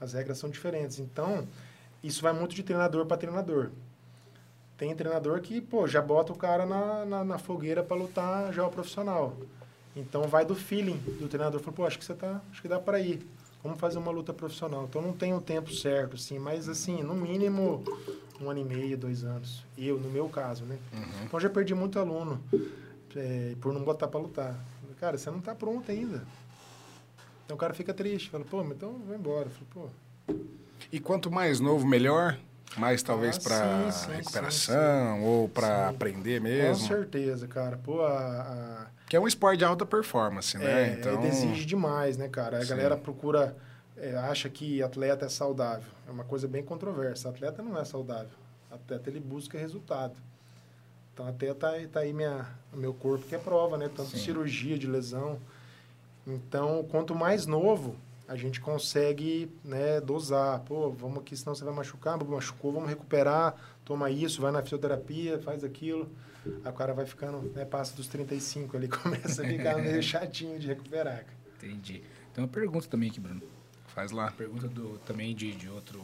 As regras são diferentes. Então, isso vai muito de treinador para treinador. Tem treinador que, pô, já bota o cara na, na, na fogueira para lutar já o profissional. Então, vai do feeling do treinador. Fala, pô, acho que você tá, acho que dá para ir. Vamos fazer uma luta profissional. Então, não tem um tempo certo, assim, mas, assim, no mínimo, um ano e meio, dois anos. Eu, no meu caso, né? Uhum. Então, já perdi muito aluno é, por não botar para lutar. Cara, você não tá pronto ainda. Então, o cara fica triste. Fala, pô, mas então, vai embora. Fala, pô... E quanto mais novo, melhor? Mais talvez Ah, para sim, sim, recuperação sim, sim. ou para Sim. aprender mesmo? Com certeza, cara. Pô, a... a... Que é um esporte de alta performance, né? É, então... ele exige demais, né, cara? A Sim. galera procura, é, acha que atleta é saudável. É uma coisa bem controversa. Atleta não é saudável. Atleta, ele busca resultado. Então, até tá, tá aí minha, o meu corpo que é prova, né? Tanto Sim. de cirurgia, de lesão. Então, quanto mais novo, a gente consegue, né, dosar. Pô, vamos aqui, senão você vai machucar. Machucou, vamos recuperar. Toma isso, vai na fisioterapia, faz aquilo. Aí o cara vai ficando, né, passa dos trinta e cinco ali, começa a ficar meio chatinho de recuperar. Cara. Entendi. Tem uma pergunta também aqui, Bruno. Faz lá. Pergunta do, também de, de outro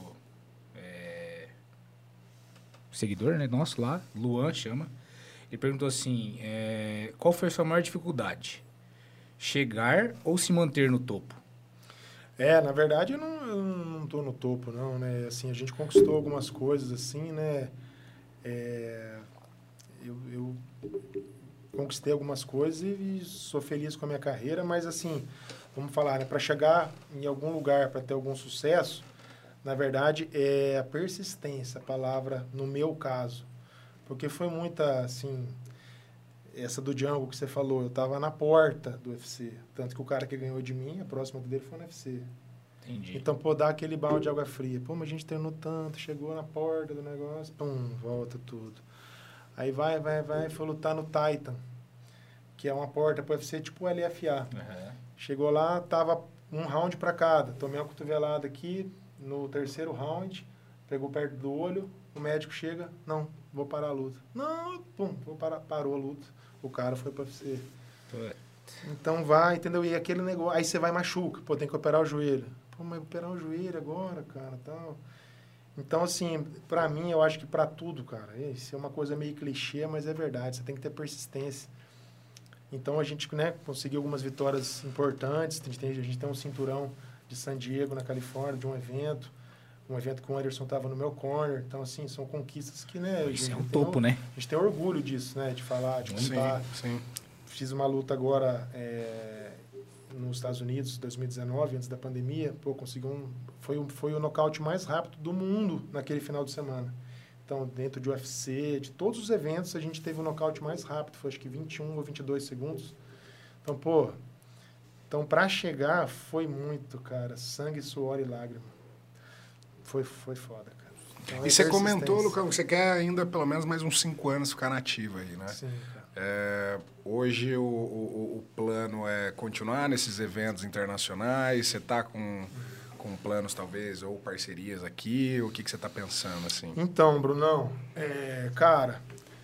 é, seguidor, né? Nosso lá, Luan chama. Ele perguntou assim, é, qual foi a sua maior dificuldade? Chegar ou se manter no topo? É, na verdade eu não, eu não tô no topo, não, né? Assim, a gente conquistou algumas coisas, assim, né? É, eu, eu conquistei algumas coisas e, e sou feliz com a minha carreira, mas assim, vamos falar, né? Para chegar em algum lugar, para ter algum sucesso, na verdade, é a persistência, a palavra, no meu caso. Porque foi muita, assim, essa do Django que você falou, eu tava na porta do U F C. Tanto que o cara que ganhou de mim, a próxima dele foi no U F C. Entendi. Então, pô, dá aquele balde de água fria. Pô, mas a gente treinou tanto, chegou na porta do negócio, pum, volta tudo. Aí vai, vai, vai, foi lutar no Titan, que é uma porta pro U F C tipo o L F A. Uhum. Chegou lá, tava um round para cada. Tomei uma cotovelada aqui, no terceiro round, pegou perto do olho, o médico chega, não, vou parar a luta. Não, pum, vou parar, parou a luta. O cara foi para U F C. Pô, Então vai, entendeu? E aquele negócio, aí você vai e machuca, pô, tem que operar o joelho. Pô, mas operar o joelho agora, cara, tal. Então, assim, pra mim, eu acho que pra tudo, cara, isso é uma coisa meio clichê, mas é verdade, você tem que ter persistência. Então, a gente, né, conseguiu algumas vitórias importantes, a gente tem, a gente tem um cinturão de San Diego, na Califórnia, de um evento, um evento que o Anderson tava no meu corner, então, assim, são conquistas que, né... isso é um tem topo, um, né? A gente tem orgulho disso, né, de falar, de contar. Sim, sim. Fiz uma luta agora é, nos Estados Unidos, em dois mil e dezenove, antes da pandemia. Pô, consegui um... Foi, um, foi o nocaute mais rápido do mundo naquele final de semana. Então, dentro de U F C, de todos os eventos, a gente teve o nocaute mais rápido. Foi, acho que vinte e um ou vinte e dois segundos. Então, pô... Então, pra chegar, foi muito, cara. Sangue, suor e lágrima. Foi, foi foda, cara. Então, E é você comentou, persistência. Lucão, que você quer ainda pelo menos mais uns cinco anos ficar nativo aí, né? Sim, cara. É, hoje o, o, o plano é continuar nesses eventos internacionais? Você está com, com planos, talvez, ou parcerias aqui? O que, que você está pensando, assim? Então, Brunão, é, cara,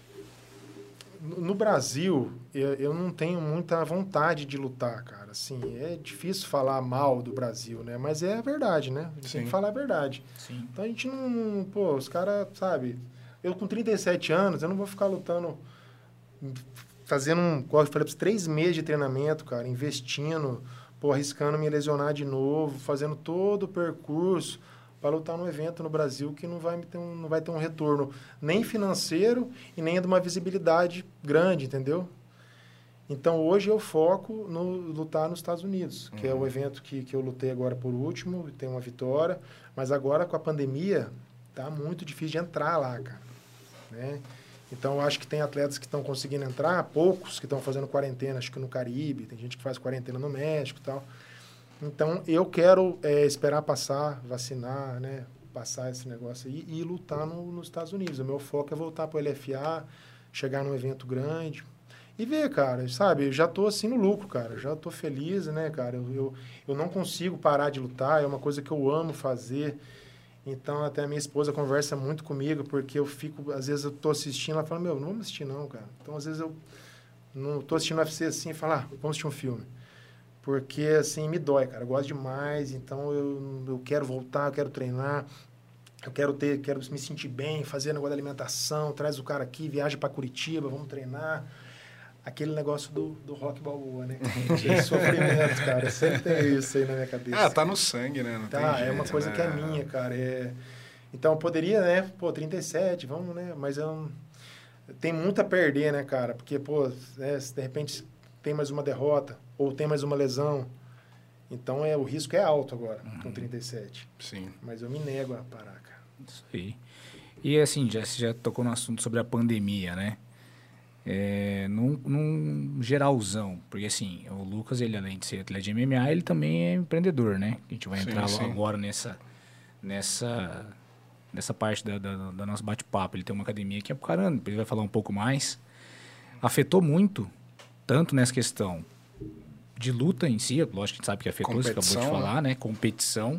no, no Brasil, eu, eu não tenho muita vontade de lutar, cara. Assim, é difícil falar mal do Brasil, né? Mas é a verdade, né? A gente tem Sim. que falar a verdade. Sim. Então a gente não... Pô, os caras, sabe... Eu com trinta e sete anos, eu não vou ficar lutando... Fazendo, um, como eu falei, três meses de treinamento, cara, investindo, pô, arriscando me lesionar de novo, fazendo todo o percurso para lutar num evento no Brasil que não vai, ter um, não vai ter um retorno nem financeiro e nem de uma visibilidade grande, entendeu? Então, hoje eu foco no lutar nos Estados Unidos, que Uhum. é o evento que, que eu lutei agora por último, tem uma vitória, mas agora com a pandemia, tá muito difícil de entrar lá, cara, né? Então, eu acho que tem atletas que estão conseguindo entrar, poucos que estão fazendo quarentena, acho que no Caribe, tem gente que faz quarentena no México e tal. Então, eu quero é, esperar passar, vacinar, né, passar esse negócio aí e lutar no, nos Estados Unidos. O meu foco é voltar para o L F A, chegar num evento grande e ver, cara, sabe? Eu já tô assim no lucro, cara, já tô feliz, né, cara? Eu, eu, eu não consigo parar de lutar, é uma coisa que eu amo fazer. Então, até a minha esposa conversa muito comigo, porque eu fico, às vezes eu tô assistindo, ela fala, meu, não vamos assistir não, cara. Então, às vezes eu não tô assistindo U F C assim e falo, ah, vamos assistir um filme. Porque, assim, me dói, cara. Eu gosto demais, então eu, eu quero voltar, eu quero treinar, eu quero ter, quero me sentir bem, fazer negócio de alimentação, traz o cara aqui, viaja para Curitiba, vamos treinar. Aquele negócio do, do rock balboa, né? Aquele sofrimento, cara. Sempre tem isso aí na minha cabeça. Ah, tá no sangue, né? Não tá, tem é uma jeito, coisa né? que é minha, cara. É... Então, eu poderia, né? Pô, trinta e sete, vamos, né? Mas eu... tem muito a perder, né, cara? Porque, pô, né, se de repente tem mais uma derrota ou tem mais uma lesão, então é, o risco é alto agora, uhum. com trinta e sete. Sim. Mas eu me nego a parar, cara. Isso aí. E assim, já, você já tocou no assunto sobre a pandemia, né? É, num, num geralzão, porque assim, o Lucas, ele além de ser atleta de M M A, ele também é empreendedor, né? A gente vai Sim, entrar sim. agora nessa, nessa, nessa parte da, da, da nosso bate-papo. Ele tem uma academia que é pro caramba, ele vai falar um pouco mais. Afetou muito, tanto nessa questão de luta em si, lógico que a gente sabe que afetou, você acabou de falar, né? Competição.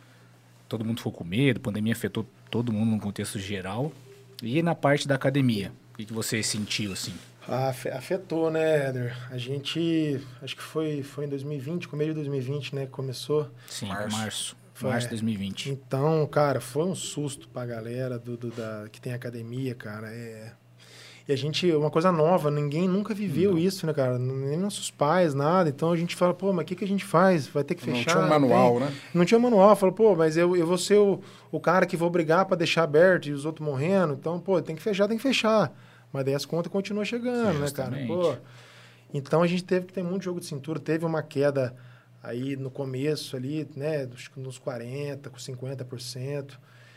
Todo mundo ficou com medo, a pandemia afetou todo mundo no contexto geral. E na parte da academia, o que, que você sentiu, assim? Ah, afetou, né, Éder? A gente, acho que foi, foi em dois mil e vinte, começo de dois mil e vinte, né, que começou. Sim, março. março. Foi, março de dois mil e vinte. Então, cara, foi um susto pra galera do, do, da, que tem academia, cara. É... E a gente, uma coisa nova, ninguém nunca viveu não. isso, né, cara? Nem nossos pais, nada. Então a gente fala, pô, mas o que, que a gente faz? Vai ter que fechar. Não tinha um manual, tem... né? Não tinha manual. Fala, pô, mas eu, eu vou ser o, o cara que vou brigar pra deixar aberto e os outros morrendo. Então, pô, tem que fechar, tem que fechar. Mas daí as contas continuam chegando, né, cara? Pô, então a gente teve que ter muito jogo de cintura. Teve uma queda aí no começo ali, né, nos quarenta por cento, com cinquenta por cento.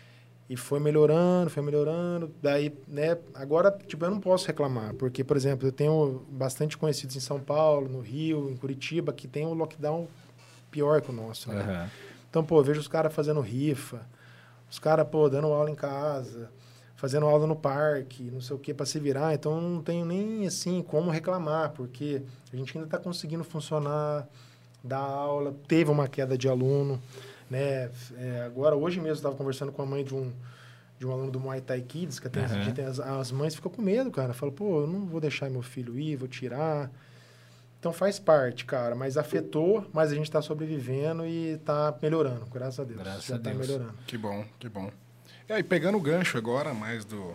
E foi melhorando, foi melhorando. Daí, né, agora, tipo, eu não posso reclamar. Porque, por exemplo, eu tenho bastante conhecidos em São Paulo, no Rio, em Curitiba, que tem um lockdown pior que o nosso, né? Uhum. Então, pô, eu vejo os caras fazendo rifa, os caras, pô, dando aula em casa, fazendo aula no parque, não sei o que, para se virar. Então, não tenho nem, assim, como reclamar, porque a gente ainda está conseguindo funcionar, dar aula. Teve uma queda de aluno, né? É, agora, hoje mesmo, eu estava conversando com a mãe de um, de um aluno do Muay Thai Kids, que tem, uhum. tem as, as mães ficam com medo, cara. Falam, pô, eu não vou deixar meu filho ir, vou tirar. Então, faz parte, cara. Mas afetou, mas a gente está sobrevivendo e está melhorando, graças a Deus. Graças Já está melhorando. Que bom, que bom. E aí, pegando o gancho agora, mais do,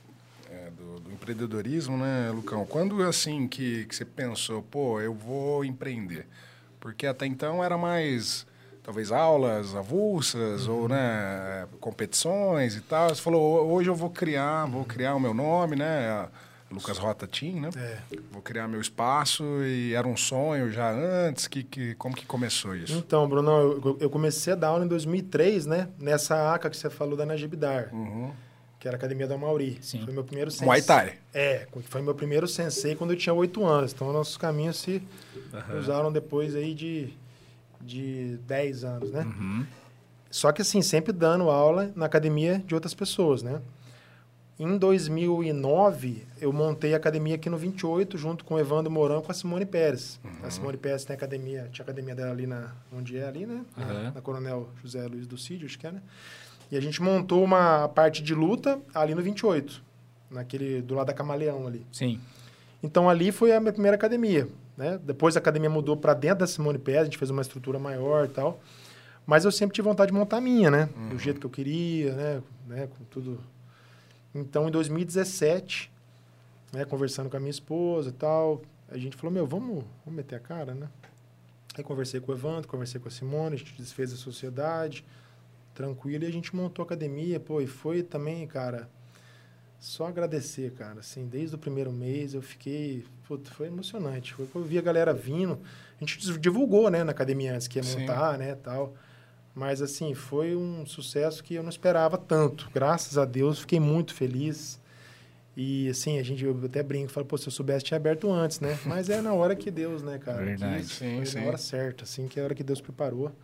é, do, do empreendedorismo, né, Lucão? Quando, assim, que, que você pensou, pô, eu vou empreender? Porque até então era mais... talvez aulas avulsas, uhum. ou, né, competições e tal. Você falou, hoje eu vou criar, vou criar o meu nome, né, Lucas Rota Team, né? É. Vou criar meu espaço e era um sonho já antes, que, que, como que começou isso? Então, Bruno, eu, eu comecei a dar aula em dois mil e três, né, nessa A C A que você falou da Najibidar, uhum. que era a Academia da Mauri. Sim. Foi meu primeiro sensei. Muay Thai. É, foi meu primeiro sensei quando eu tinha oito anos. Então, nossos caminhos se uhum. usaram depois aí de... de dez anos, né? Uhum. Só que, assim, sempre dando aula na academia de outras pessoas, né? Em dois mil e nove, eu montei a academia aqui no vinte e oito, junto com o Evandro Mourão e com a Simone Pérez. Uhum. A Simone Pérez tem academia, tinha a academia dela ali na... onde é ali, né? Uhum. Na, na Coronel José Luiz do Cídio, acho que é, né? E a gente montou uma parte de luta ali no vinte e oito, naquele, do lado da Camaleão ali. Sim. Então, ali foi a minha primeira academia. Né? Depois a academia mudou para dentro da Simone Pérez, a gente fez uma estrutura maior e tal. Mas eu sempre tive vontade de montar a minha, né? Uhum. Do jeito que eu queria, né? né? Com tudo. Então, em dois mil e dezessete, né? Conversando com a minha esposa e tal, a gente falou, meu, vamos, vamos meter a cara, né? Aí conversei com o Evandro, conversei com a Simone, a gente desfez a sociedade, tranquilo, e a gente montou a academia, pô, e foi também, cara... Só agradecer, cara, assim, desde o primeiro mês eu fiquei, puta, foi emocionante, foi quando eu vi a galera vindo, a gente divulgou, né, na academia antes que ia montar, Sim. né, tal, mas, assim, foi um sucesso que eu não esperava tanto, graças a Deus, fiquei muito feliz, e, assim, a gente, eu até brinco, falo, pô, se eu soubesse tinha aberto antes, né, mas é na hora que Deus, né, cara, Verdade. Que sim, foi sim. na hora certa, assim, que é a hora que Deus preparou.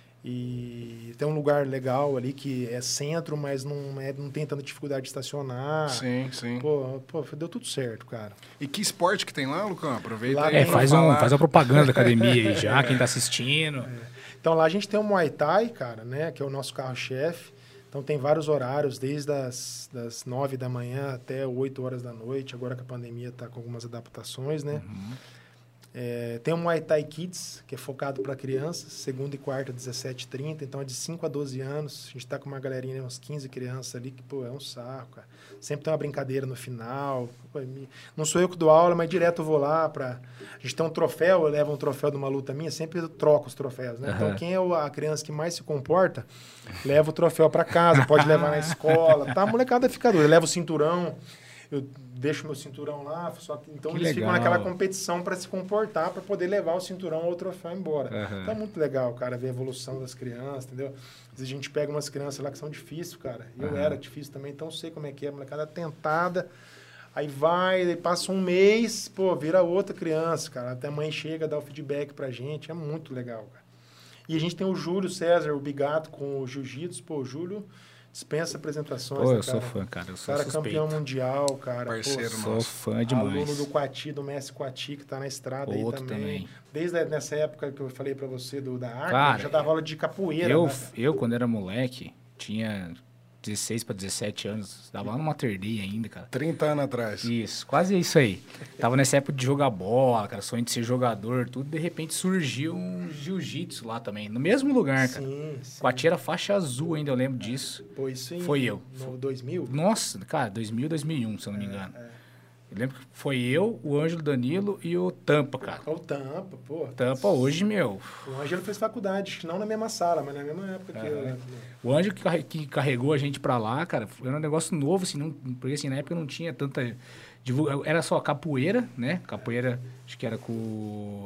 E tem um lugar legal ali que é centro, mas não, é, não tem tanta dificuldade de estacionar. Sim, sim. Pô, pô, deu tudo certo, cara. E que esporte que tem lá, Lucão? Aproveita lá aí. É, faz, um, faz a propaganda da academia aí já, quem tá assistindo. É. Então lá a gente tem o Muay Thai, cara, né? Que é o nosso carro-chefe. Então tem vários horários, desde as das nove da manhã até oito horas da noite. Agora que a pandemia tá com algumas adaptações, né? Uhum. É, tem o Muay Thai Kids, que é focado para crianças, segunda e quarta, dezessete e trinta, então é de cinco a doze anos. A gente tá com uma galerinha, uns quinze crianças ali, que, pô, é um saco, cara. Sempre tem uma brincadeira no final. Pô, me... Não sou eu que dou aula, mas direto eu vou lá pra... A gente tem um troféu, eu levo um troféu de uma luta minha, sempre eu troco os troféus, né? Uhum. Então, quem é a criança que mais se comporta, leva o troféu para casa, pode levar na escola, tá? A molecada fica doida, leva o cinturão... Eu deixo meu cinturão lá, só que então que eles legal. Ficam naquela competição para se comportar, para poder levar o cinturão ou o troféu embora. Uhum. Então é muito legal, cara, ver a evolução das crianças, entendeu? Às vezes a gente pega umas crianças lá que são difíceis, cara. Eu uhum. era difícil também, então sei como é que é, a molecada tentada. Aí vai, aí passa um mês, pô, vira outra criança, cara. Até a mãe chega, dá o feedback pra gente, é muito legal, cara. E a gente tem o Júlio César, o Bigato com o Jiu-Jitsu, pô, o Júlio... Dispensa apresentações. Pô, né, eu sou fã, cara. Eu sou cara suspeito. Campeão mundial, cara. Parceiro pô, sou fã demais. Aluno do Quati, do Mestre Quati, que tá na estrada Outro aí também. também. Desde nessa época que eu falei pra você do, da arte, cara, já dava aula de capoeira. Eu, né, eu, quando era moleque, tinha dezesseis para dezessete anos. Dava lá numa terdeia ainda, cara. trinta anos atrás. Isso, quase isso aí. Tava nessa época de jogar bola, cara, sonho de ser jogador, tudo. De repente surgiu um jiu-jitsu lá também, no mesmo lugar, cara. Sim, sim. Quati era faixa azul ainda, eu lembro disso. Pô, isso em, Foi eu. No dois mil? Nossa, cara, dois mil, dois mil e um, se eu não me engano. É, é. Eu lembro que foi eu, o Ângelo Danilo e o Tampa, cara. O Tampa, pô. Tampa hoje, meu. O Ângelo fez faculdade, não na mesma sala, mas na mesma época que é. eu... O Ângelo que, carre, que carregou a gente pra lá, cara, era um negócio novo, assim, não, porque assim, na época não tinha tanta... Divulga, era só capoeira, né? Capoeira, acho que era com...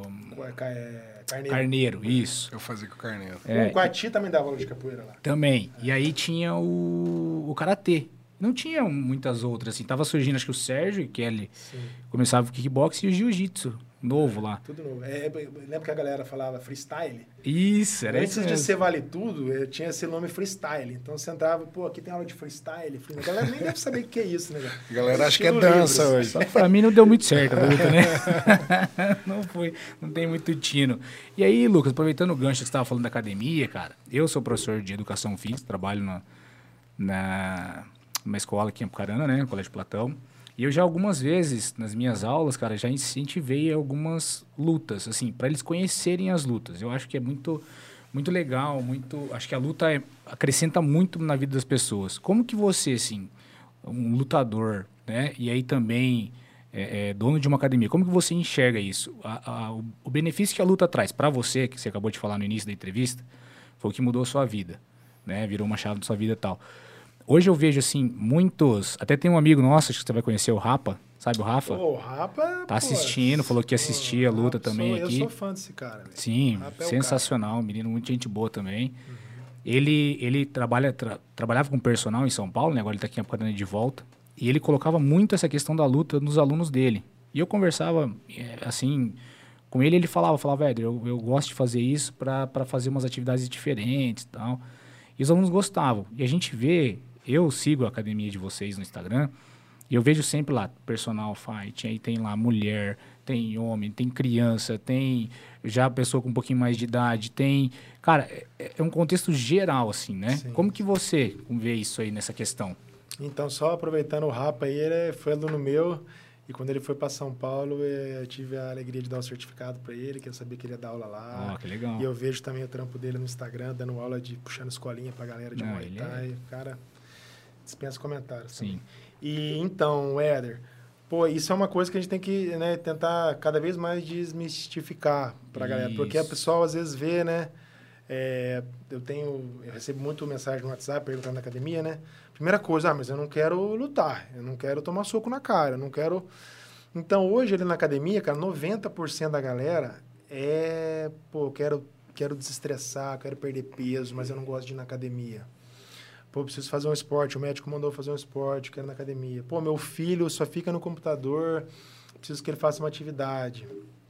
É, carneiro. Carneiro, isso. Eu fazia com o Carneiro. É, o Quati também dava aula de capoeira lá. Também. E aí tinha o, o Karatê. Não tinha muitas outras, assim. Tava surgindo, acho que o Sérgio e Kelly. Sim. Começava o kickbox e o jiu-jitsu. Novo lá. Tudo novo. É, lembra que a galera falava freestyle? Isso, era Antes isso de mesmo. ser vale tudo, eu tinha esse nome freestyle. Então você entrava, pô, aqui tem aula de freestyle. freestyle. A galera nem deve saber o que é isso, né? Cara? A galera acha que é dança livros. Hoje. Só que pra mim não deu muito certo a luta, né? Não foi, não tem muito tino. E aí, Lucas, aproveitando o gancho que você estava falando da academia, cara, eu sou professor de educação física, trabalho na, na, numa escola aqui em Apucarana, né? No Colégio Platão. E eu já algumas vezes, nas minhas aulas, cara, já incentivei algumas lutas, assim, para eles conhecerem as lutas. Eu acho que é muito, muito legal, muito... Acho que a luta é, acrescenta muito na vida das pessoas. Como que você, assim, um lutador, né? E aí também é, é, dono de uma academia, como que você enxerga isso? A, a, o, o benefício que a luta traz para você, que você acabou de falar no início da entrevista, foi o que mudou a sua vida, né? Virou uma chave da sua vida e tal. Hoje eu vejo, assim, muitos... Até tem um amigo nosso, acho que você vai conhecer, o Rapa. Sabe o Rafa? Pô, o Rapa... Tá assistindo, pô, falou que assistia pô, a luta Rafa, também sou, aqui. Eu sou fã desse cara, velho. Sim, é sensacional. Um menino, muito gente boa também. Uhum. Ele, ele trabalha, tra, trabalhava com personal em São Paulo, né? Agora ele tá aqui em Apucarana de volta. E ele colocava muito essa questão da luta nos alunos dele. E eu conversava, assim... Com ele, ele falava, falava, Éder, eu, eu gosto de fazer isso para fazer umas atividades diferentes e tal. E os alunos gostavam. E a gente vê... Eu sigo a academia de vocês no Instagram e eu vejo sempre lá personal fight, aí tem lá mulher, tem homem, tem criança, tem já pessoa com um pouquinho mais de idade, tem... Cara, é, é um contexto geral, assim, né? Sim. Como que você vê isso aí nessa questão? Então, só aproveitando o Rapa aí, ele foi aluno meu e quando ele foi para São Paulo, eu tive a alegria de dar o certificado para ele, que eu sabia que ele ia dar aula lá. Oh, que legal. E eu vejo também o trampo dele no Instagram, dando aula de puxando escolinha pra galera de Muay Thai. É... Cara... Dispensa comentários. Sim. Também. E então, Éder, pô, isso é uma coisa que a gente tem que, né, tentar cada vez mais desmistificar pra isso. Galera. Porque a pessoa às vezes vê, né? É, eu tenho. Eu recebo muito mensagem no WhatsApp perguntando na academia, né? Primeira coisa, ah, mas eu não quero lutar, eu não quero tomar soco na cara, eu não quero. Então, hoje ali na academia, cara, noventa por cento da galera é, pô, eu quero, quero desestressar, quero perder peso, mas eu não gosto de ir na academia. Pô, preciso fazer um esporte, o médico mandou fazer um esporte, quero ir na academia. Pô, meu filho só fica no computador, preciso que ele faça uma atividade.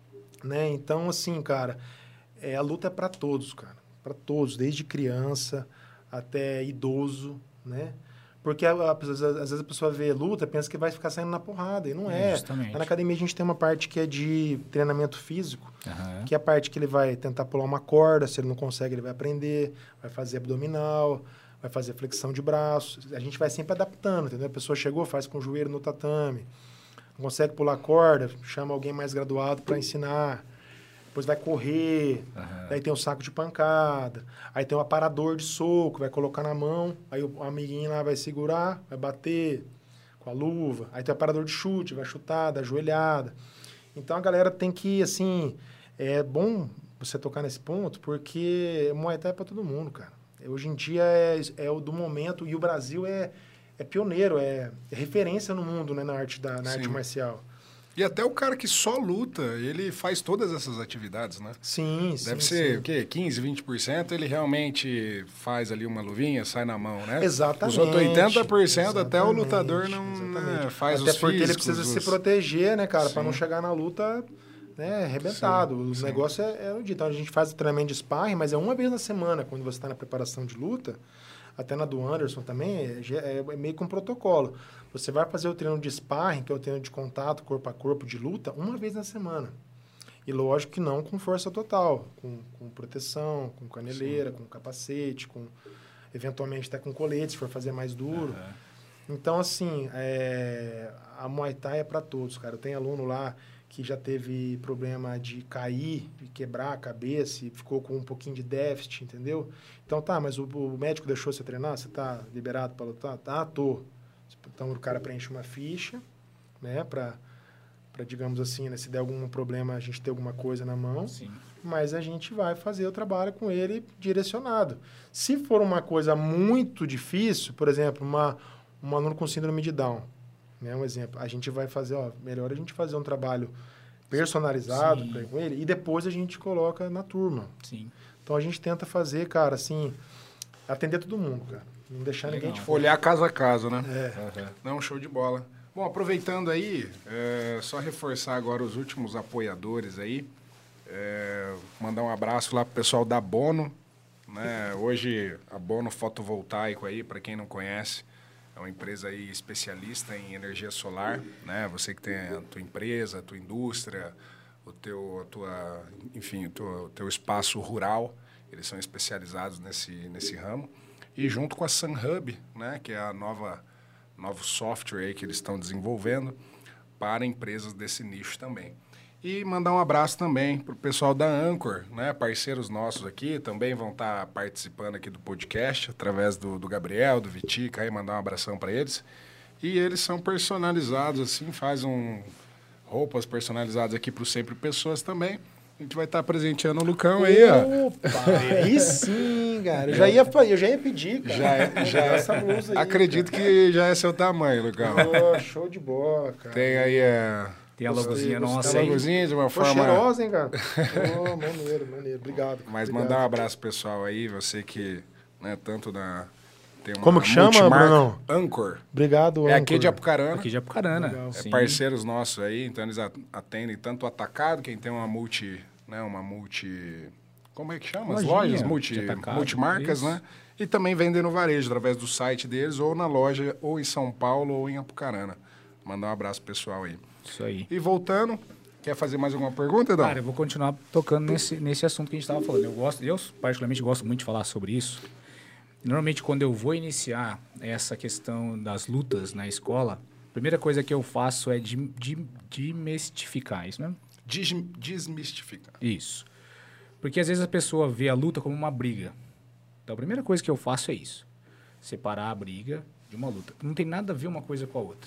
Né? Então, assim, cara, é, a luta é para todos, cara. Para todos, desde criança até idoso, né? Porque às vezes a pessoa vê luta, pensa que vai ficar saindo na porrada, e não é. é. Justamente. Na academia a gente tem uma parte que é de treinamento físico, uhum. que é a parte que ele vai tentar pular uma corda, se ele não consegue ele vai aprender, vai fazer abdominal... vai fazer flexão de braços. A gente vai sempre adaptando, entendeu? A pessoa chegou, faz com o joelho no tatame. não consegue pular corda, chama alguém mais graduado para ensinar. Depois vai correr, uhum. Daí tem o saco de pancada, aí tem o aparador de soco, vai colocar na mão, aí o amiguinho lá vai segurar, vai bater com a luva, aí tem o aparador de chute, vai chutar, dar joelhada. Então a galera tem que, assim, é bom você tocar nesse ponto, porque Muay Thai é para todo mundo, cara. Hoje em dia é, é o do momento, e o Brasil é, é pioneiro, é, é referência no mundo, né, na arte, da, na arte marcial. E até o cara que só luta, ele faz todas essas atividades, né? Sim, sim. Deve ser, sim. o quê? quinze, vinte por cento ele realmente faz ali uma luvinha, sai na mão, né? Exatamente. Os outros oitenta por cento até o lutador não né, faz até os porque físicos, ele precisa os... se proteger, né, cara? Para não chegar na luta, né, arrebentado. Sim, o sim. negócio é, é no dia. Então, a gente faz o treinamento de sparring, mas é uma vez na semana, quando você está na preparação de luta. Até na do Anderson também, é, é meio que um protocolo. Você vai fazer o treino de sparring, que é o treino de contato, corpo a corpo, de luta, uma vez na semana. E lógico que não com força total, com, com proteção, com caneleira, Sim. com capacete, com eventualmente até com colete, se for fazer mais duro. Uhum. Então, assim, é, a Muay Thai é para todos, cara. Eu tenho aluno lá que já teve problema de cair, de quebrar a cabeça e ficou com um pouquinho de déficit, entendeu? Então, tá, mas o, o médico deixou você treinar? Você tá liberado para lutar? Tá, tô. Então, o cara preenche uma ficha, né, para, para digamos assim, né, se der algum problema, a gente ter alguma coisa na mão. Sim. Mas a gente vai fazer o trabalho com ele direcionado. Se for uma coisa muito difícil, por exemplo, uma, um aluno com síndrome de Down, né, um exemplo, a gente vai fazer, ó, melhor a gente fazer um trabalho personalizado pra, com ele e depois a gente coloca na turma. Sim. Então a gente tenta fazer, cara, assim, atender todo mundo, cara. Não deixar Legal. ninguém de fora. Olhar casa a casa, né? É. Uhum. Não, show de bola. Bom, aproveitando aí, é, só reforçar agora os últimos apoiadores aí. É, mandar um abraço lá pro pessoal da Bono, né? Hoje a Bono Fotovoltaico aí, para quem não conhece, é uma empresa aí especialista em energia solar, né? Você que tem a tua empresa, a tua indústria, o teu, a tua, enfim, o teu, o teu espaço rural, eles são especializados nesse, nesse ramo. E junto com a SunHub, né? Que é a nova novo software aí que eles estão desenvolvendo para empresas desse nicho também. E mandar um abraço também para o pessoal da Anchor, né? Parceiros nossos aqui, também vão estar participando aqui do podcast, através do, do Gabriel, do Vitica, aí mandar um abração para eles. E eles são personalizados, assim, fazem um, roupas personalizadas aqui para o Sempre Pessoas também. A gente vai estar presenteando o Lucão aí, ó. Opa, aí sim, cara. Eu já ia, eu já ia pedir, cara. Já é, já é. Essa blusa aí, acredito cara. que já é seu tamanho, Lucão. Oh, show de bola, cara. Tem aí a... Tem a logozinha nossa aí. Tem a logozinha de uma Pô, forma... cheirosa, hein, cara? Oh, maneiro, maneiro. Obrigado. Mas obrigado. mandar um abraço pessoal aí, você que, né, tanto na... Tem uma Como que chama, Bruno? Anchor. Obrigado, Anchor. É aqui de Apucarana. Aqui de Apucarana. Legal. É parceiros nossos aí, então eles atendem tanto o atacado, quem tem uma multi... Né, uma multi... Como é que chama? As Lojinha lojas multi, atacado, multimarcas, isso. né? E também vendem no varejo, através do site deles, ou na loja, ou em São Paulo, ou em Apucarana. Mandar um abraço pessoal aí. Isso aí. E voltando, quer fazer mais alguma pergunta, Edão? Cara, eu vou continuar tocando nesse, nesse assunto que a gente estava falando. Eu gosto, eu particularmente gosto muito de falar sobre isso. Normalmente, quando eu vou iniciar essa questão das lutas na escola, a primeira coisa que eu faço é de, de, demestificar, isso mesmo? Des, desmistificar. Isso. Porque às vezes a pessoa vê a luta como uma briga. Então, a primeira coisa que eu faço é isso. Separar a briga de uma luta. Não tem nada a ver uma coisa com a outra.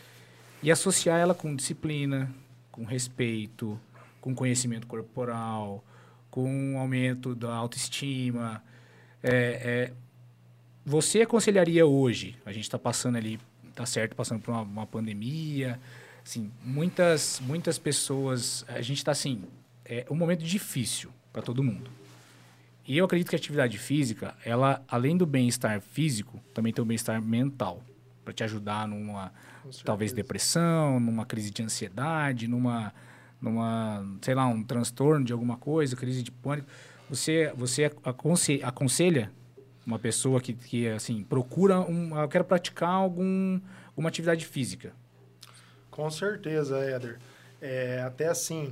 E associar ela com disciplina, com respeito, com conhecimento corporal, com um aumento da autoestima. É, é, você aconselharia hoje, a gente está passando ali, tá certo, passando por uma, uma pandemia, assim, muitas, muitas pessoas, a gente está assim, é um momento difícil para todo mundo. E eu acredito que a atividade física, ela, além do bem-estar físico, também tem o bem-estar mental, para te ajudar numa, talvez, depressão, numa crise de ansiedade, numa, numa, sei lá, um transtorno de alguma coisa, crise de pânico. Você, você aconselha, aconselha uma pessoa que, que assim, procura, um, eu quero praticar algum, uma atividade física? Com certeza, Éder. É, até assim,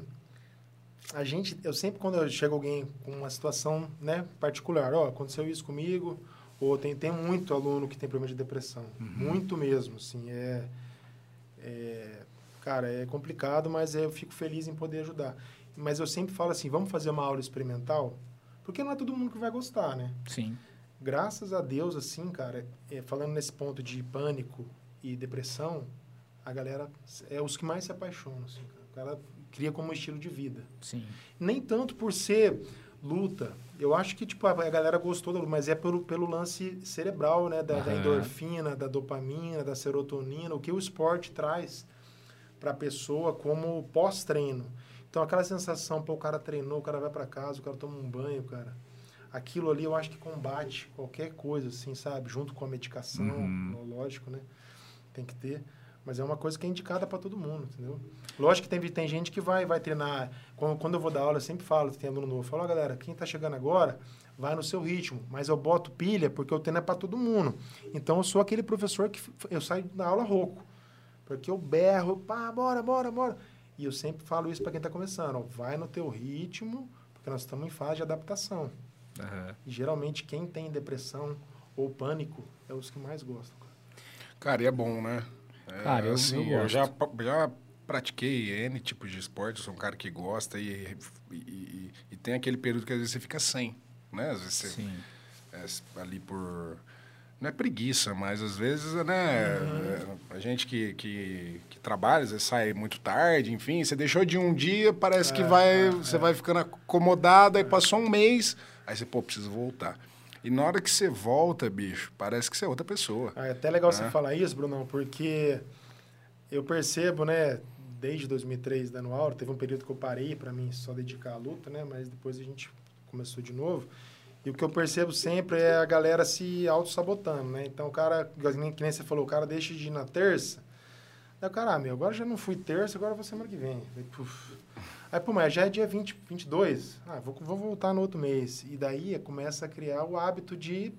a gente, eu sempre quando eu chego alguém com uma situação, né, particular, ó, aconteceu isso comigo, ou tem, tem muito aluno que tem problema de depressão, uhum. muito mesmo, assim, é, é, cara, é complicado, mas eu fico feliz em poder ajudar. Mas eu sempre falo assim, vamos fazer uma aula experimental? Porque não é todo mundo que vai gostar, né? Sim. Graças a Deus, assim, cara, é, falando nesse ponto de pânico e depressão, a galera é os que mais se apaixonam, assim, cara. O cara cria como estilo de vida. Sim. Nem tanto por ser luta. Eu acho que, tipo, a, a galera gostou da luta, mas é pelo, pelo lance cerebral, né? Da, Uhum. da endorfina, da dopamina, da serotonina, o que o esporte traz para a pessoa como pós-treino. Então, aquela sensação, pô, o cara treinou, o cara vai para casa, o cara toma um banho, cara. Aquilo ali eu acho que combate qualquer coisa, assim, sabe? Junto com a medicação, Uhum. lógico, né? Tem que ter. Mas é uma coisa que é indicada para todo mundo, entendeu? Lógico que tem, tem gente que vai, vai treinar. Quando, quando eu vou dar aula, eu sempre falo, tem aluno novo, eu falo, ó, galera, quem tá chegando agora, vai no seu ritmo. Mas eu boto pilha porque o treino é para todo mundo. Então, eu sou aquele professor que eu saio da aula rouco. Porque eu berro, pá, bora, bora, bora. E eu sempre falo isso para quem tá começando, ó, vai no teu ritmo, porque nós estamos em fase de adaptação. Uhum. E geralmente quem tem depressão ou pânico é os que mais gostam. Cara, e é bom, né? É, Cara, eu, assim, eu, eu já, gosto. já pratiquei N tipos de esporte, eu sou um cara que gosta e, e, e, e tem aquele período que às vezes você fica sem, né? Às vezes você, Sim. é, ali por... Não é preguiça, mas às vezes, né? Uhum. A gente que, que, que trabalha, às vezes sai muito tarde, enfim, você deixou de um dia, parece É, que vai, é, você é. vai ficando acomodado, aí passou um mês, aí você, pô, preciso voltar. E na hora que você volta, bicho, parece que você é outra pessoa. Ah, é até legal né? você falar isso, Brunão, porque eu percebo, né, desde dois mil e três dando aula, teve um período que eu parei para mim só dedicar à luta, né, mas depois a gente começou de novo. E o que eu percebo sempre é a galera se auto-sabotando, né? Então o cara, que nem, que nem você falou, o cara deixa de ir na terça. Aí o cara, ah, meu, agora já não fui terça, agora vou semana que vem. Aí, puf. Aí, pô, mas já é dia vinte, vinte e dois. Ah, vou, vou voltar no outro mês. E daí começa a criar o hábito de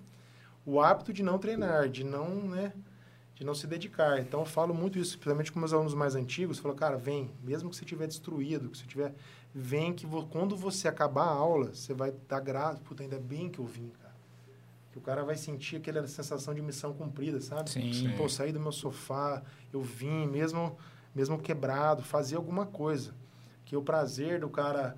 o hábito de não treinar, de não, né, de não se dedicar. Então eu falo muito isso, principalmente com meus alunos mais antigos, eu falo, cara, vem, mesmo que você estiver destruído, que você tiver, vem que vo, quando você acabar a aula, você vai dar graça, puta, ainda bem que eu vim, cara. Que o cara vai sentir aquela sensação de missão cumprida, sabe? Sim. Sim. Pô, saí do meu sofá, eu vim, mesmo, mesmo quebrado, fazer alguma coisa. Que o prazer do cara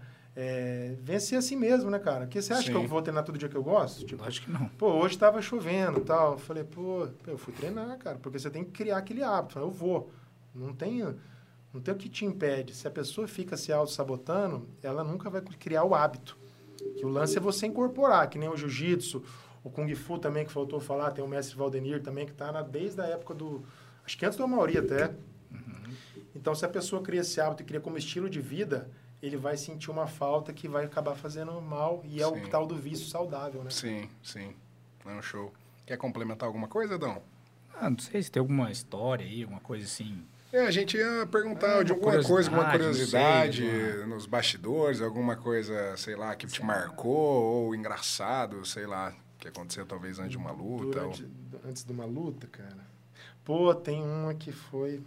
é, vencer a si mesmo, né, cara? Porque você acha Sim. que eu vou treinar todo dia que eu gosto? Tipo, Acho que não. pô, hoje tava chovendo e tal. Eu falei, pô, eu fui treinar, cara. Porque você tem que criar aquele hábito. Eu vou. Não tem, não tem o que te impede. Se a pessoa fica se auto-sabotando, ela nunca vai criar o hábito. Que o lance é você incorporar, que nem o jiu-jitsu, o Kung Fu também, que faltou falar. Tem o mestre Valdenir também, que tá na, desde a época do... Acho que antes do Amauri até. Uhum. Então, se a pessoa cria esse hábito e cria como estilo de vida, ele vai sentir uma falta que vai acabar fazendo mal. E é Sim. o tal do vício saudável, né? Sim, sim. É um show. Quer complementar alguma coisa, Dão? Ah, não sei se tem alguma história aí, alguma coisa assim. É, a gente ia perguntar É, de uma alguma coisa, alguma curiosidade, curiosidade não sei, nos bastidores, alguma coisa, sei lá, que te marcou ou engraçado, sei lá, que aconteceu talvez antes de uma luta. Durante, ou... Antes de uma luta, cara. Pô, tem uma que foi...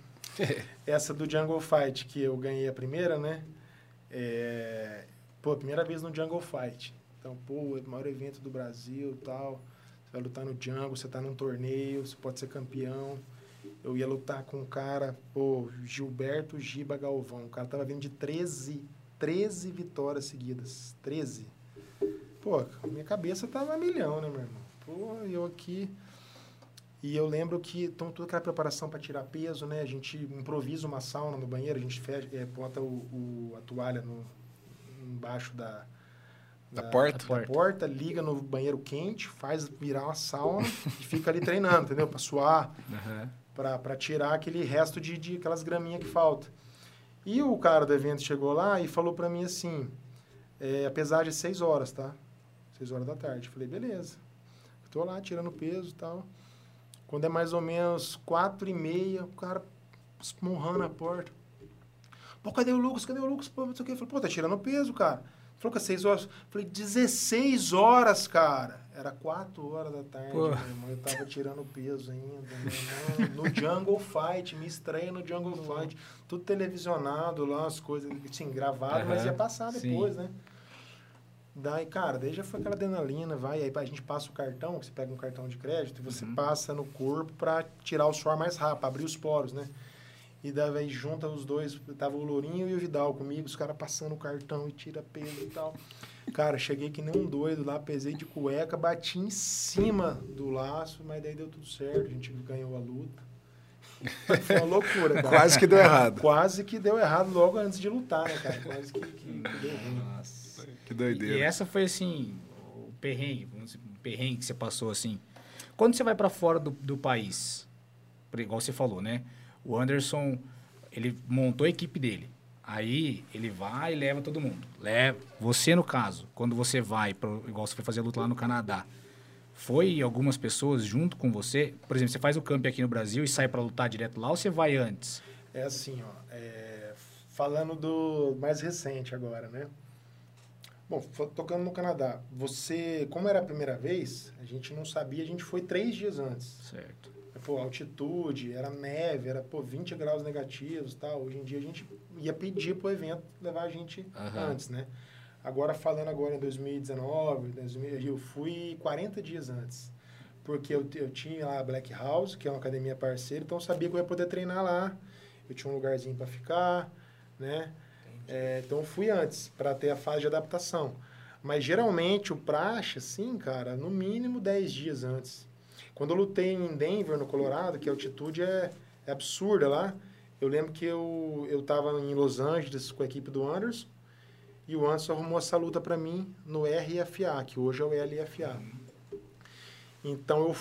Essa do Jungle Fight, que eu ganhei a primeira, né? É... Pô, a primeira vez no Jungle Fight. Então, pô, é o maior evento do Brasil e tal. Você vai lutar no Jungle, você tá num torneio, você pode ser campeão. Eu ia lutar com um cara, pô, Gilberto Giba Galvão. O cara tava vindo de treze, treze vitórias seguidas. treze. Pô, a minha cabeça tava a milhão, né, meu irmão? Pô, eu aqui... E eu lembro que, então, toda aquela preparação para tirar peso, né? A gente improvisa uma sauna no banheiro, a gente fecha, é, bota o, o, a toalha no, embaixo da, Da, da, porta? da porta. porta, liga no banheiro quente, faz virar uma sauna e fica ali treinando, entendeu? Para suar, Uhum. para tirar aquele resto de, de aquelas graminhas que falta. E o cara do evento chegou lá e falou para mim assim, é, apesar de seis horas, tá? Seis horas da tarde. Eu falei, beleza. Tô lá tirando peso e tal. Quando é mais ou menos quatro e meia, o cara esmurrando a porta. Pô, cadê o Lucas? Cadê o Lucas? Pô, não sei o quê. Eu falei, pô, tá tirando peso, cara. Falou que é seis horas. Eu falei, dezesseis horas, cara. Era quatro horas da tarde, Pô. meu irmão. Eu tava tirando peso ainda, meu irmão. No Jungle Fight, me estreia no Jungle Fight. Tudo televisionado lá, as coisas, assim, gravado, Uhum. mas ia passar depois, Sim. né? Daí, cara, daí já foi aquela adrenalina, vai, aí a gente passa o cartão, você pega um cartão de crédito e você Uhum. passa no corpo para tirar o suor mais rápido, abrir os poros, né? E daí junta os dois, tava o Lourinho e o Vidal comigo, os caras passando o cartão e tira peso e tal. Cara, cheguei que nem um doido lá, pesei de cueca, bati em cima do laço, mas daí deu tudo certo, a gente ganhou a luta. Foi uma loucura, cara. Quase que deu errado. Quase que deu errado logo antes de lutar, né, cara? Quase que, que, que deu ruim. Nossa. Que doideira. E essa foi, assim, o perrengue, vamos dizer, o perrengue que você passou, assim. Quando você vai pra fora do, do país, igual você falou, né? O Anderson, ele montou a equipe dele. Aí, ele vai e leva todo mundo. Leva. Você, no caso, quando você vai, pro, igual você foi fazer a luta lá no Canadá, foi algumas pessoas junto com você? Por exemplo, você faz o camp aqui no Brasil e sai pra lutar direto lá ou você vai antes? É assim, ó. É, falando do mais recente agora, né? Bom, tocando no Canadá, você, como era a primeira vez, a gente não sabia, a gente foi três dias antes. Certo. Pô, altitude, era neve, era, pô, vinte graus negativos e tal. Hoje em dia a gente ia pedir pro evento levar a gente Uhum. antes, né? Agora, falando agora em dois mil e dezenove, dois mil, eu fui quarenta dias antes. Porque eu, eu tinha lá a Black House, que é uma academia parceira, então eu sabia que eu ia poder treinar lá. Eu tinha um lugarzinho para ficar, né? É, então eu fui antes, para ter a fase de adaptação. Mas geralmente o praxe, assim, cara, no mínimo dez dias antes. Quando eu lutei em Denver, no Colorado, que a altitude é, é absurda lá, eu lembro que eu, eu tava em Los Angeles com a equipe do Anderson, e o Anderson arrumou essa luta para mim no R F A, que hoje é o L F A. Então eu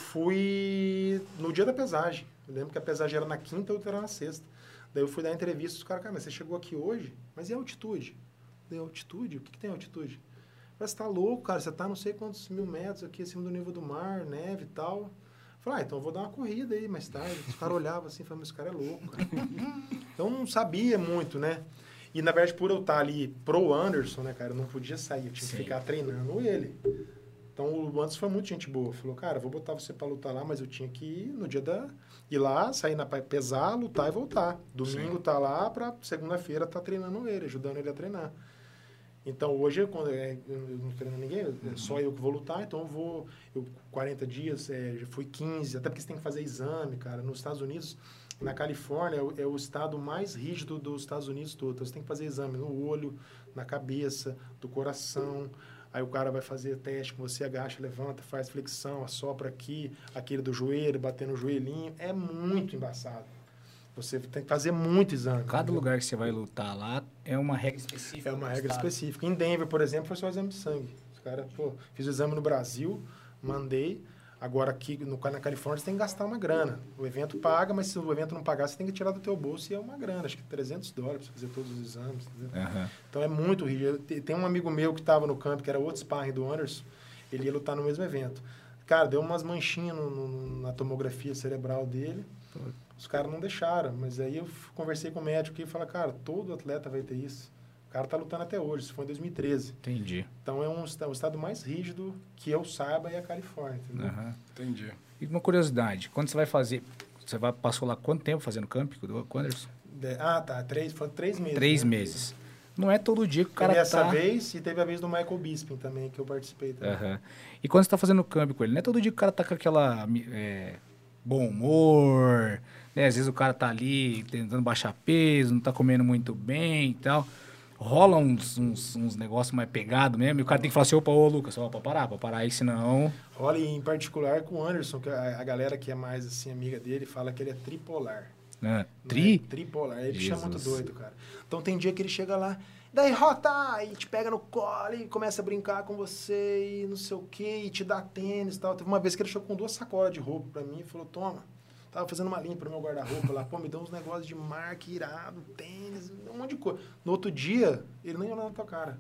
fui no dia da pesagem. Eu lembro que a pesagem era na quinta, a outra era na sexta. Daí eu fui dar entrevista, os caras, cara, mas você chegou aqui hoje? Mas e a altitude? Daí, altitude? O que, que tem altitude? Você tá louco, cara, você tá não sei quantos mil metros aqui acima do nível do mar, neve e tal. Eu falei, ah, então eu vou dar uma corrida aí mais tarde. Os caras olhavam assim e falavam, mas esse cara é louco, cara. Então eu não sabia muito, né? E na verdade, por eu estar ali pro Anderson, né, cara, eu não podia sair, eu tinha Sim. que ficar treinando ele. Então o Anderson foi muito gente boa. Falou, cara, vou botar você pra lutar lá, mas eu tinha que ir no dia da... ir lá, sair na pesar, lutar e voltar. Domingo Sim. tá lá, pra segunda-feira tá treinando ele, ajudando ele a treinar. Então hoje, quando eu não treino ninguém, é só eu que vou lutar, então eu vou, eu, quarenta dias, é, já fui quinze, até porque você tem que fazer exame, cara. Nos Estados Unidos, na Califórnia, é o, é o estado mais rígido dos Estados Unidos todo. Então você tem que fazer exame no olho, na cabeça, do coração. Aí o cara vai fazer teste com você, agacha, levanta, faz flexão, assopra aqui, aquele do joelho, bater no joelhinho. É muito embaçado. Você tem que fazer muito exame. Cada entendeu? lugar que você vai lutar lá é uma regra específica. É uma do regra estado. específica. Em Denver, por exemplo, foi só exame de sangue. Os caras, pô, fiz o exame no Brasil, mandei. Agora aqui no, na Califórnia você tem que gastar uma grana. O evento paga, mas se o evento não pagar, você tem que tirar do teu bolso e é uma grana. Acho que trezentos dólares para fazer todos os exames. Entendeu? Uhum. Então é muito rígido. Tem um amigo meu que estava no campo, que era outro sparring do Anderson, ele ia lutar no mesmo evento. Cara, deu umas manchinhas no, no, na tomografia cerebral dele. Os caras não deixaram, mas aí eu conversei com o médico e falei, cara, todo atleta vai ter isso. O cara tá lutando até hoje, isso foi em dois mil e treze. Entendi. Então é um, o estado mais rígido que eu saiba é a Califórnia, entendeu? Uhum. Entendi. E uma curiosidade, quando você vai fazer, você vai, passou lá quanto tempo fazendo camp com o Anderson? De, ah, tá, três, foi três meses. Três né? meses. Não é todo dia que o cara Teve essa tá... vez e teve a vez do Michael Bisping também, que eu participei também. Uhum. E quando você tá fazendo camp com ele, não é todo dia que o cara tá com aquela... É, bom humor, né? Às vezes o cara tá ali tentando baixar peso, não tá comendo muito bem e tal. Rola uns, uns, uns negócios mais pegados mesmo, e o cara tem que falar assim, opa, ô Lucas, ó, pra parar, pra parar aí, senão... Rola em particular com o Anderson, que a, a galera que é mais assim, amiga dele, fala que ele é tripolar. Né? Não Tri? é tripolar. Ele Jesus. chama muito doido, cara. Então tem dia que ele chega lá, daí rota, e te pega no colo e começa a brincar com você e não sei o que, e te dá tênis e tal. Teve uma vez que ele chegou com duas sacolas de roupa pra mim e falou, toma, tava fazendo uma limpa no meu guarda-roupa lá, pô, me deu uns negócios de marca irado, tênis, um monte de coisa. No outro dia, ele nem olhou na tua cara.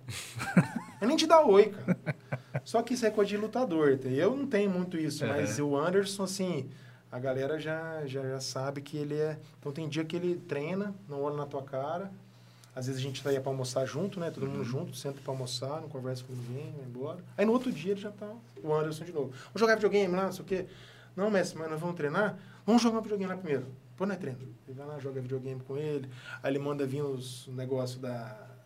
Ele nem te dá oi, cara. Só que isso é coisa de lutador, tá? Eu não tenho muito isso, mas o Anderson, assim... A galera já, já, já sabe que ele é... Então, tem dia que ele treina, não olha na tua cara. Às vezes a gente saía pra almoçar junto, né? Todo mundo junto, senta pra almoçar, não conversa com ninguém, vai embora. Aí, no outro dia, ele já tá... O Anderson de novo. Vamos jogar videogame lá, não sei o quê. Não, mestre, mas nós vamos treinar? Vamos jogar videogame lá primeiro. Pô, não é treino. Ele vai lá, joga videogame com ele. Aí ele manda vir os negócios da...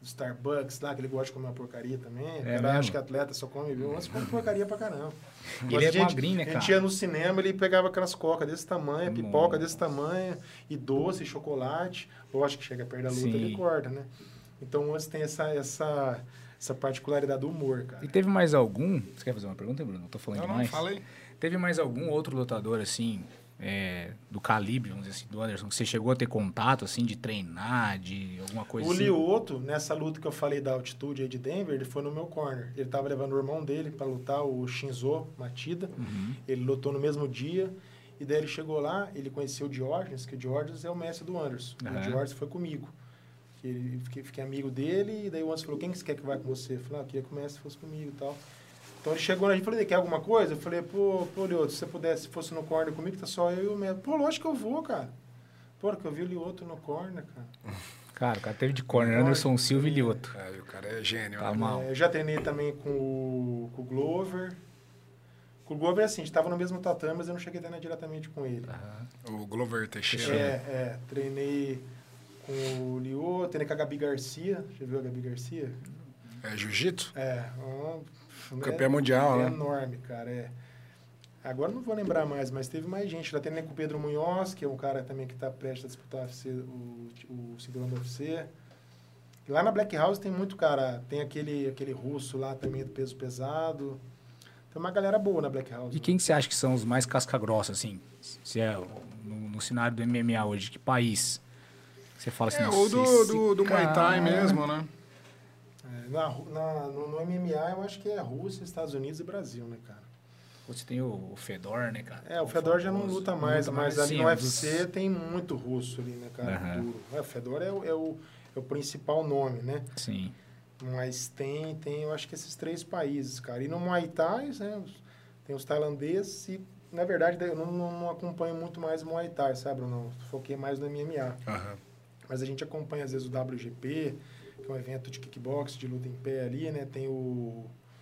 Starbucks lá, que ele gosta de comer uma porcaria também. É o cara mesmo? acha que atleta só come, viu? Antes come porcaria pra caramba. E ele é gente, magrinho, né, A cara? gente ia no cinema, ele pegava aquelas cocas desse tamanho, Nossa. pipoca desse tamanho, e doce, e chocolate. Lógico que chega perto da luta, Sim. ele corta, né? Então, antes tem essa, essa, essa particularidade do humor, cara. E teve mais algum... Você quer fazer uma pergunta, Bruno? Eu tô falando Não, não, demais. fala aí. Teve mais algum outro lutador, assim, é, do calibre, vamos dizer assim, do Anderson, que você chegou a ter contato, assim, de treinar, de alguma coisa O assim? Lioto, nessa luta que eu falei da altitude aí de Denver, ele foi no meu corner. Ele tava levando o irmão dele para lutar, o Shinzo Matida. Uhum. Ele lutou no mesmo dia. E daí ele chegou lá, ele conheceu o Diógenes, que o Diógenes é o mestre do Anderson. Uhum. O Diógenes foi comigo. Que ele, fiquei, fiquei amigo dele, e daí o Anderson falou, quem que você quer que vá com você? Eu falei, ah, eu queria que o mestre fosse comigo e tal. Então ele chegou lá e falou, quer alguma coisa? Eu falei, pô, pô, Lioto, se você pudesse, se fosse no corner comigo, tá só eu e o mestre. Pô, lógico que eu vou, cara. Pô, que eu vi o Lioto no corner, cara. Cara, o cara teve de corner Anderson Silva e Lioto. É, o cara é gênio, Tá né? mal. É, eu já treinei também com o, com o Glover. Com o Glover, assim, a gente tava no mesmo tatame, mas eu não cheguei a treinar diretamente com ele. Uhum. O Glover Teixeira. É, é, treinei com o Lioto, treinei com a Gabi Garcia. Já viu a Gabi Garcia? É jiu-jitsu? É, uma, Campeã mundial, é né? enorme, cara. É. Agora não vou lembrar mais, mas teve mais gente. Já treinei com o Pedro Munhoz, que é um cara também que está prestes a disputar o, U F C, o, o cinturão do U F C. E lá na Black House tem muito cara. Tem aquele, aquele russo lá também do peso pesado. Tem uma galera boa na Black House. E quem que você acha que são os mais casca-grossa, assim? Se é no, no cenário do M M A hoje, que país? Você fala assim, É, nossa, ou do, esse do, do Muay Thai cara- mesmo, né? É, na, na, no, no M M A eu acho que é Rússia, Estados Unidos e Brasil, né, cara? Você tem o, o Fedor, né, cara? É, o Fedor já não famoso. luta mais, Não luta mas mais, ali sim, no é U um F C tem muito russo ali, né, cara? Aham. Duro. É, o Fedor é, o- é, o, é o principal nome, né? Sim. Mas tem, tem, eu acho que esses três países, cara. E no Muay Thai, né, os- tem os tailandeses e, na verdade, eu não, não, não acompanho muito mais o Muay Thai, sabe? Eu não foquei mais no M M A. Aham. Mas a gente acompanha, às vezes, o W G P, que é um evento de kickbox, de luta em pé ali, né? Tem o,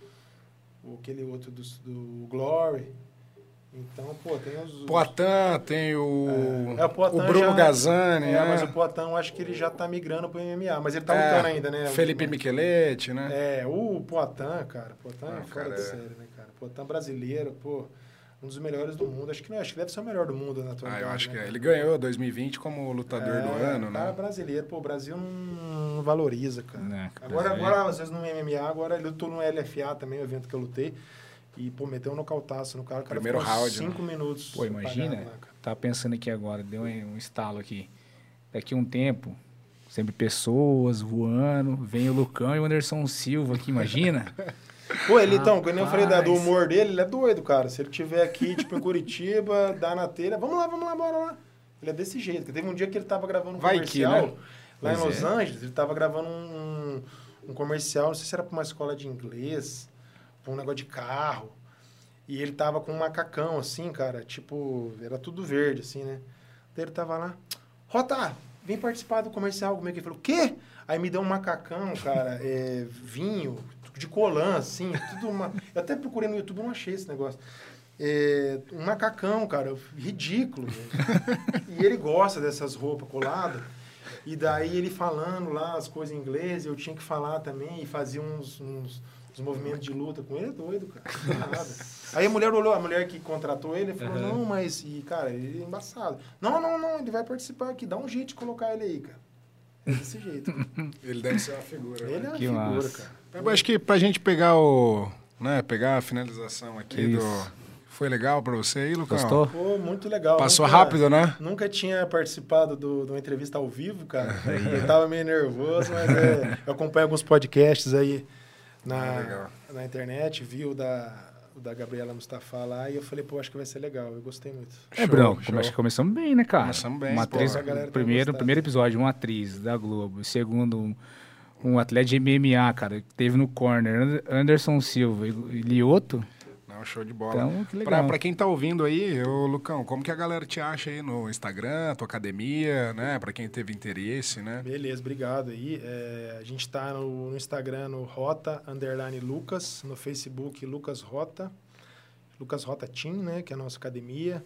o aquele outro do, do Glory. Então, pô, tem os... os- Poatan, tem o, É, é, o Poatan o Bruno já- Gazzani, É, né? mas o Poatan, eu acho que ele já tá migrando pro M M A. Mas ele tá É, lutando ainda, né? Felipe Micheletti, né? É, o Poatan, cara. Poatan Ah, é fora cara, de é. série, né, cara? Poatan brasileiro, pô, um dos melhores do mundo. Acho que não, acho que deve ser o melhor do mundo na Ah, atualidade. eu acho que né, é. cara? Ele ganhou dois mil e vinte como lutador do É, ano, cara né? brasileiro, pô, o Brasil não, não valoriza, cara. Né, Agora, Brasil. agora, às vezes no M M A, agora ele lutou no L F A também, o evento que eu lutei. E, pô, meteu um nocautaço no cara. O cara Primeiro ficou round, cinco minutos. Pô, imagina, apagado lá, cara. tava pensando aqui agora, deu um um estalo aqui. Daqui a um tempo, sempre pessoas voando, vem o Lucão e o Anderson Silva aqui, imagina? Pô, ele então, quando eu falei da- do Rapaz. humor dele, ele é doido, cara. Se ele tiver aqui, tipo, em Curitiba, dá na telha, vamos lá, vamos lá, bora lá. Ele é desse jeito. Porque teve um dia que ele tava gravando um Vai que, comercial né? lá em Pois Los é. Angeles, ele tava gravando um, um comercial, não sei se era pra uma escola de inglês, pra um negócio de carro. E ele tava com um macacão, assim, cara, tipo, era tudo verde, assim, né? Daí ele tava lá, Rota, vem participar do comercial comigo. Ele falou, o quê? Aí me deu um macacão, cara, é, vinho, de colã, assim, tudo uma... Eu até procurei no YouTube, não achei esse negócio. É, um macacão, cara, ridículo. Né? E ele gosta dessas roupas coladas. E daí ele falando lá as coisas em inglês, eu tinha que falar também, e fazia uns, uns, uns movimentos de luta com ele, é doido, cara. Não é nada. Aí a mulher olhou, a mulher que contratou ele, falou, Uhum. não, mas, e, cara, ele é embaçado. Não, não, não, ele vai participar aqui, dá um jeito de colocar ele aí, cara. É desse jeito. Cara. Ele deve ser uma figura. Ele é né? uma Que figura, massa. cara. Eu acho que pra gente pegar o... Né, pegar a finalização aqui Isso. do... Foi legal pra você aí, Lucão? Gostou? Pô, muito legal. Passou Nunca- rápido, né? Nunca tinha participado do- de uma entrevista ao vivo, cara. Eu tava meio nervoso, mas é, eu acompanho alguns podcasts aí Ah, na, legal. na internet, vi o da, o da Gabriela Mustafa lá e eu falei, pô, acho que vai ser legal. Eu gostei muito. É, Show, Bruno, show. acho que começamos bem, né, cara? Começamos bem, Uma pô. atriz, A galera tem primeiro, gostado. primeiro episódio, uma atriz da Globo. Segundo, um, um atleta de M M A, cara, que teve no corner, Anderson Silva e e Lioto. Não, show de bola. Então, que Pra, legal. pra quem tá ouvindo aí, ô Lucão, como que a galera te acha aí no Instagram, tua academia, né? Pra quem teve interesse, né? Beleza, obrigado aí. É, a gente tá no, no Instagram, no Rota, underline Lucas, no Facebook, Lucas Rota, Lucas Rota Team, né, que é a nossa academia.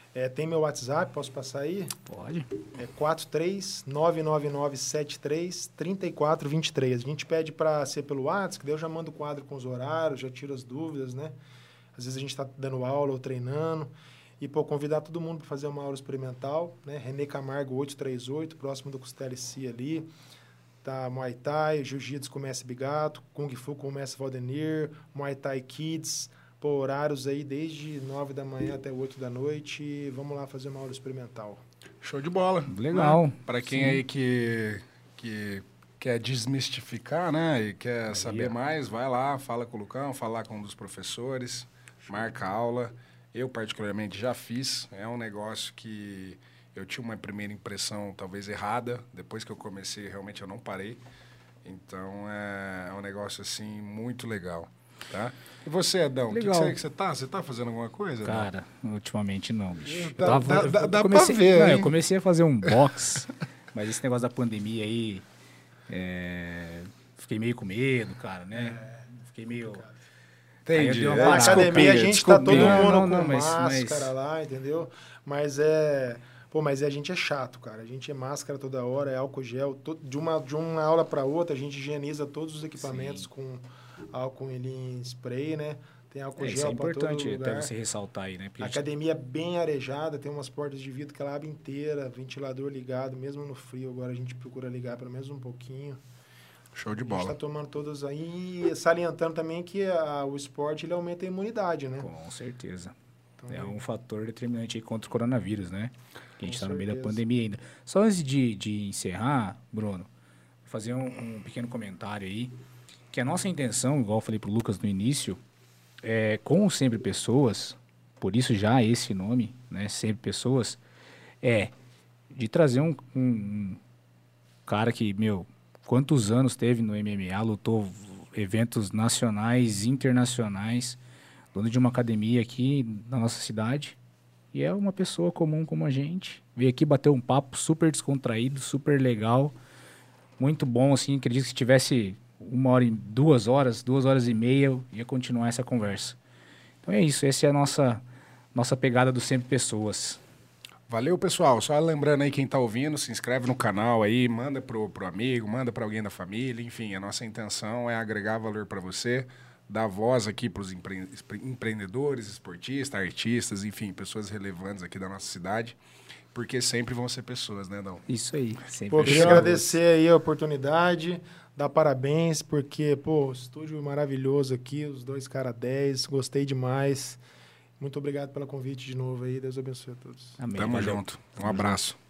É, tem meu WhatsApp, posso passar aí? Pode. É quatro três nove nove nove sete três três quatro dois três. A gente pede para ser pelo WhatsApp, que daí eu já mando o quadro com os horários, já tiro as dúvidas, né? Às vezes a gente está dando aula ou treinando. E, pô, convidar todo mundo para fazer uma aula experimental, né? René Camargo oitocentos e trinta e oito, próximo do Costela C ali. Tá Muay Thai, Jiu-Jitsu com Mestre Bigato, Kung Fu com Mestre Valdenir, Muay Thai Kids. Pô, horários aí desde nove da manhã até oito da noite. Vamos lá fazer uma aula experimental. Show de bola. Legal. Né? Para quem Sim. aí que, que quer desmistificar, né? E quer aí, saber ó. mais, vai lá, fala com o Lucão, fala com um dos professores, marca a aula. Eu, particularmente, já fiz. É um negócio que eu tinha uma primeira impressão talvez errada. Depois que eu comecei, realmente eu não parei. Então, é, é um negócio, assim, muito legal. Tá? E você, Adão, o que, que você que você tá? Você tá fazendo alguma coisa? Cara, Adão? Ultimamente não, bicho. Dá, Eu tava- dá, eu- dá, eu dá comecei- pra ver, não, hein? eu comecei a fazer um box, mas esse negócio da pandemia aí, é, fiquei meio com medo, cara, né? Fiquei meio... Aí eu Entendi. dei uma É, Na parada. desculpinha, academia a gente tá todo desculpinha. mundo Não, com não, mas- máscara mas- lá, entendeu? Mas é... Pô, mas a gente é chato, cara. A gente é máscara toda hora, é álcool gel. To- de, uma, de uma aula para outra, a gente higieniza todos os equipamentos Sim. com álcool em spray, né? Tem álcool É, isso gel é para todo importante até lugar. você ressaltar aí, né? Porque A a gente- academia bem arejada, tem umas portas de vidro que ela abre inteira, ventilador ligado, mesmo no frio. Agora a gente procura ligar pelo menos um pouquinho. Show de A gente está bola. tomando todas aí, e salientando também que a- o esporte ele aumenta a imunidade, né? Com certeza. Então, É um fator determinante aí contra o coronavírus, né? Que a gente Com está no meio da certeza. pandemia ainda. Só antes de, de encerrar, Bruno, vou fazer um, um pequeno comentário aí. Que a nossa intenção, igual eu falei pro Lucas no início, é com o Sempre Pessoas, por isso já esse nome, né? Sempre Pessoas, é de trazer um, um, um cara que, meu, quantos anos teve no M M A, lutou eventos nacionais, internacionais, dono de uma academia aqui na nossa cidade. E é uma pessoa comum como a gente. Veio aqui bater um papo super descontraído, super legal. Muito bom, assim. Acredito que se tivesse uma hora e duas horas, duas horas e meia, eu ia continuar essa conversa. Então é isso. Essa é a nossa, nossa pegada do Sempre Pessoas. Valeu, pessoal. Só lembrando aí, quem tá ouvindo, se inscreve no canal aí, manda pro, pro amigo, manda para alguém da família. Enfim, a nossa intenção é agregar valor para você, dar voz aqui para os empre empreendedores, esportistas, artistas, enfim, pessoas relevantes aqui da nossa cidade, porque sempre vão ser pessoas, né, Dão? Isso aí. Sempre Pô, queria Pessoas. agradecer aí a oportunidade, dar parabéns, porque, pô, estúdio maravilhoso aqui, os dois caras dez, gostei demais. Muito obrigado pelo convite de novo aí, Deus abençoe a todos. Amém. Tamo Valeu. junto. Um abraço.